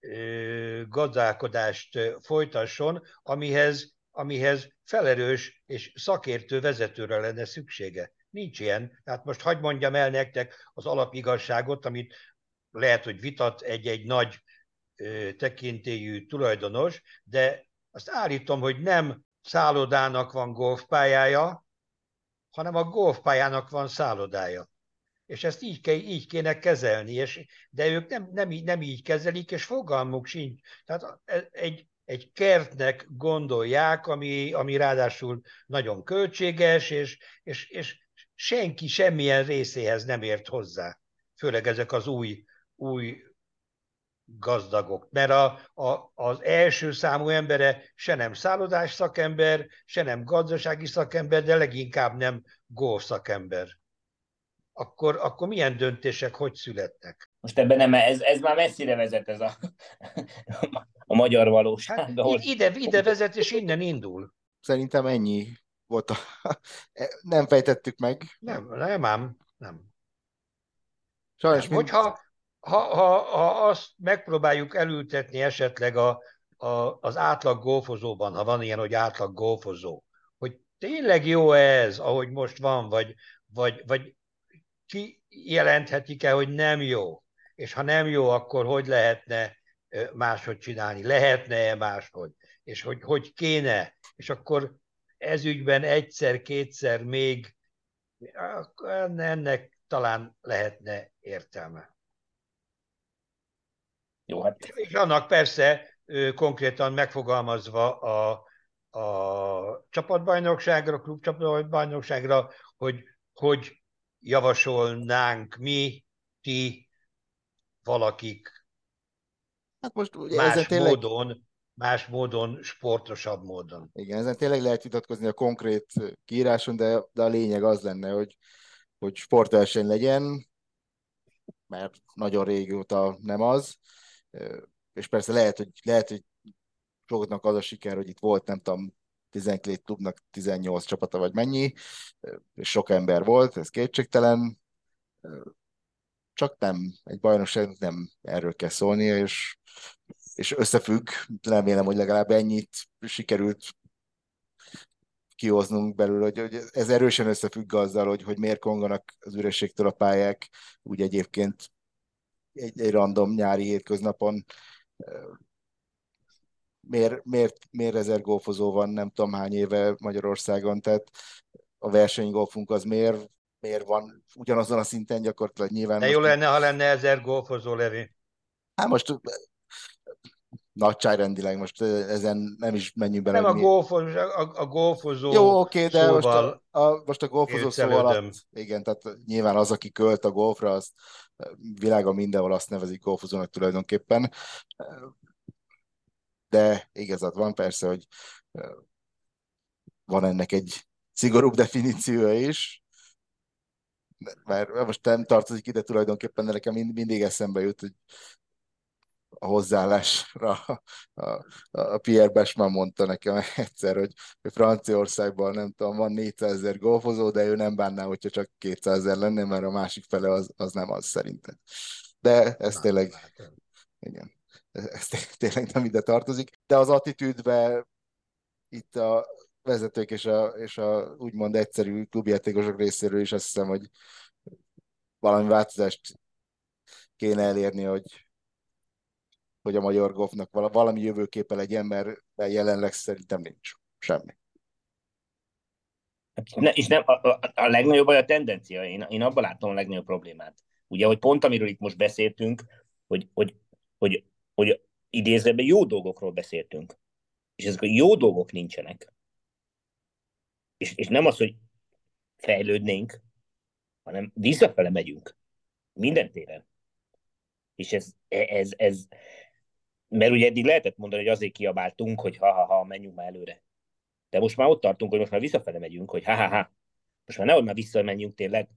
Speaker 1: ö, gazdálkodást folytasson, amihez, amihez felerős és szakértő vezetőre lenne szüksége. Nincs ilyen. Tehát most hadd mondjam el nektek az alapigazságot, amit lehet, hogy vitat egy-egy nagy ö, tekintélyű tulajdonos, de azt állítom, hogy nem szállodának van golfpályája, hanem a golfpályának van szállodája. És ezt így, kell, így kéne kezelni, és, de ők nem, nem, így, nem így kezelik, és fogalmuk sincs. Tehát egy, egy kertnek gondolják, ami, ami ráadásul nagyon költséges, és, és, és senki semmilyen részéhez nem ért hozzá. Főleg ezek az új, új gazdagok. Mert a, a, az első számú embere se nem szállodás szakember, se nem gazdasági szakember, de leginkább nem golf szakember. Akkor, akkor milyen döntések hogy születnek?
Speaker 3: Most ebben nem, ez, ez már messzire vezet ez a, a magyar valóság.
Speaker 1: Hát
Speaker 3: ahol...
Speaker 1: ide, ide vezet, és innen indul.
Speaker 2: Szerintem ennyi volt a... Nem fejtettük meg.
Speaker 1: Nem, nem ám, nem.
Speaker 2: Sajnos,
Speaker 1: nem.
Speaker 2: mind...
Speaker 1: Hogyha ha, ha, ha azt megpróbáljuk elültetni esetleg a, a, az átlag golfozóban, ha van ilyen, hogy átlag golfozó, hogy tényleg jó ez, ahogy most van, vagy, vagy, vagy ki jelenthetik-e, hogy nem jó? És ha nem jó, akkor hogy lehetne máshogy csinálni? Lehetne-e máshogy? És hogy, hogy kéne? És akkor ezügyben egyszer-kétszer még ennek talán lehetne értelme.
Speaker 3: Jó, hát
Speaker 1: És, és annak persze konkrétan megfogalmazva a, a csapatbajnokságra, klubcsapatbajnokságra, hogy hogy javasolnánk mi, ti, valakik
Speaker 2: Hát most ugye ezen
Speaker 1: más
Speaker 2: tényleg,
Speaker 1: módon, más módon, sportosabb módon.
Speaker 2: igen, ezen tényleg lehet vitatkozni a konkrét kiíráson, de, de a lényeg az lenne, hogy, hogy sportverseny legyen, mert nagyon régóta nem az. És persze lehet, hogy, lehet, hogy soknak az a siker, hogy itt volt, nem tudom, tizenkét klubnak tizennyolc csapata, vagy mennyi, és sok ember volt, ez kétségtelen, csak nem, egy bajnokságnak nem erről kell szólnia, és, és összefügg, remélem, hogy legalább ennyit sikerült kihoznunk belőle, hogy, hogy ez erősen összefügg azzal, hogy, hogy miért konganak az ürességtől a pályák, úgy egyébként egy, egy random nyári hétköznapon miért, miért, miért ezer golfozó van nem tudom hány éve Magyarországon, tehát a versenygolfunk az miért, miért van ugyanazon a szinten gyakorlatilag nyilván
Speaker 1: De jó
Speaker 2: most így,
Speaker 1: lenne, ha lenne ezer golfozó, Levi.
Speaker 2: hát most nagyságrendileg most ezen nem is menjünk bele,
Speaker 1: Nem
Speaker 2: hogy
Speaker 1: a,
Speaker 2: mi.
Speaker 1: golfos, a, a golfozó
Speaker 2: Jó, oké, okay, de most a,
Speaker 1: szóval
Speaker 2: a, most a golfozó szó alatt,
Speaker 1: viccelődöm.
Speaker 2: igen, tehát nyilván az, aki költ a golfra, azt világon mindenhol azt nevezik golfozónak tulajdonképpen, de igazad van persze, hogy van ennek egy szigorúbb definíciója is, mert most nem tartozik ide tulajdonképpen, de nekem mind, mindig eszembe jut, hogy a hozzáállásra a, a Pierre Besman mondta nekem egyszer, hogy, hogy Franciaországban nem tudom, van négyszázezer golfozó, de ő nem bánná, hogyha csak kétszázezer lenne, mert a másik fele az, az nem az szerintem. De ez
Speaker 1: Na,
Speaker 2: tényleg,
Speaker 1: látod.
Speaker 2: igen, ez tényleg nem ide tartozik. De az attitűdbe itt a vezetők és a, és a úgymond egyszerű klubjátékosok részéről is azt hiszem, hogy valami változást kéne elérni, hogy, hogy a magyar golfnak valami jövőképe legyen, mert jelenleg szerintem nincs semmi.
Speaker 3: ne, és nem, a, a, a legnagyobb baj a tendencia, én, én abban látom a legnagyobb problémát. Ugye, hogy pont amiről itt most beszéltünk, hogy, hogy, hogy, hogy idézőben jó dolgokról beszéltünk, és ezek a jó dolgok nincsenek. És, és nem az, hogy fejlődnénk, hanem visszafele megyünk. Minden téren. És ez, ez, ez, mert ugye eddig lehetett mondani, hogy azért kiabáltunk, hogy ha-ha-ha, menjünk már előre. De most már ott tartunk, hogy most már visszafele megyünk, hogy ha-ha-ha. Most már nehogy már visszamenjünk tényleg.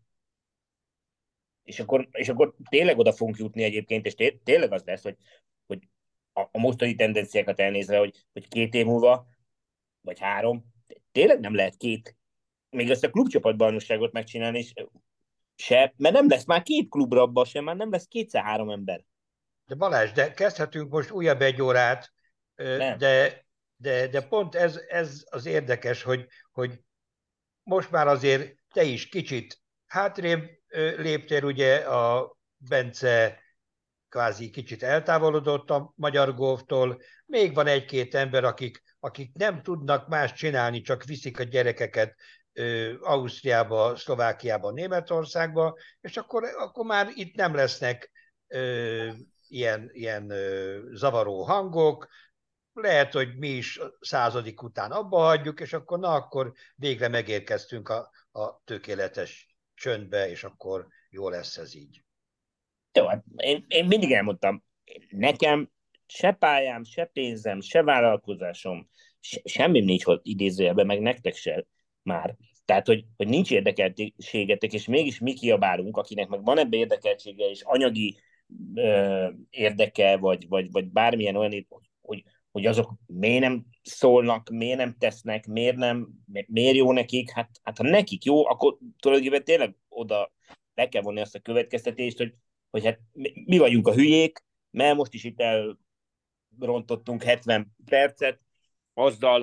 Speaker 3: És akkor, és akkor tényleg oda fogunk jutni egyébként, és té- tényleg az lesz, hogy, hogy a, a mostani tendenciákat elnézve, hogy, hogy két év múlva, vagy három, tényleg nem lehet két, még ezt a klubcsapatbajnokságot megcsinálni, és se, mert nem lesz már két klubra abban sem, már nem lesz kétszer-három ember.
Speaker 1: De Balázs, de kezdhetünk most újabb egy órát,
Speaker 3: Nem.
Speaker 1: de, de, de pont ez, ez az érdekes, hogy, hogy most már azért te is kicsit hátrébb léptél, ugye a Bence kvázi kicsit eltávolodott a magyar golftól, még van egy-két ember, akik, akik nem tudnak más csinálni, csak viszik a gyerekeket ö, Ausztriába, Szlovákiába, Németországba, és akkor, akkor már itt nem lesznek ö, ilyen, ilyen ö, zavaró hangok, lehet, hogy mi is századik után abba hagyjuk, és akkor na, akkor végre megérkeztünk a, a tökéletes csöndbe, és akkor jó lesz ez így.
Speaker 3: Jó, hát én, én mindig elmondtam, nekem se pályám, se pénzem, se vállalkozásom, se, semmi nincs ott idézőjelben, meg nektek se már. Tehát, hogy, hogy nincs érdekeltségetek, és mégis mi kiabálunk, akinek meg van ebbe érdekeltsége, és anyagi ö, érdeke, vagy, vagy, vagy bármilyen olyan, hogy, hogy azok miért nem szólnak, miért nem tesznek, miért nem, miért jó nekik, hát, hát ha nekik jó, akkor tulajdonképpen tényleg oda le kell vonni azt a következtetést, hogy hogy hát mi vagyunk a hülyék, mert most is itt elrontottunk hetven percet azzal, hogy,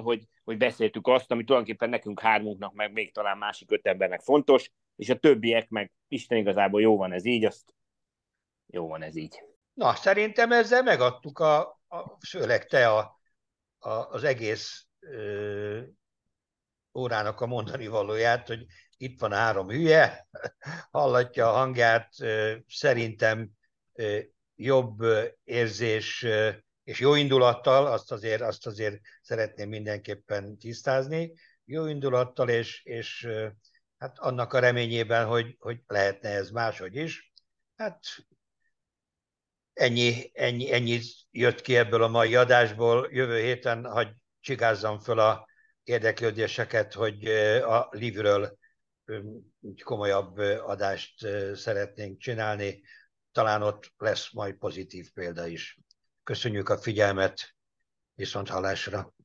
Speaker 3: hogy beszéltük azt, ami tulajdonképpen nekünk hármunknak, meg még talán másik öt embernek fontos, és a többiek meg Isten igazából jó van ez így, azt jó van ez így.
Speaker 1: Na, szerintem ezzel megadtuk a, a főleg te a, a, az egész ö, órának a mondani valóját, hogy itt van három hülye, hallatja a hangját, ö, szerintem ö, jobb érzés ö, és jó indulattal, azt azért, azt azért szeretném mindenképpen tisztázni, jó indulattal, és, és ö, hát annak a reményében, hogy, hogy lehetne ez máshogy is. Hát Ennyi, ennyi, ennyi jött ki ebből a mai adásból. Jövő héten hagy csigázzam föl a érdeklődéseket, hogy a Livről komolyabb adást szeretnénk csinálni. Talán ott lesz majd pozitív példa is. Köszönjük a figyelmet, viszont hallásra!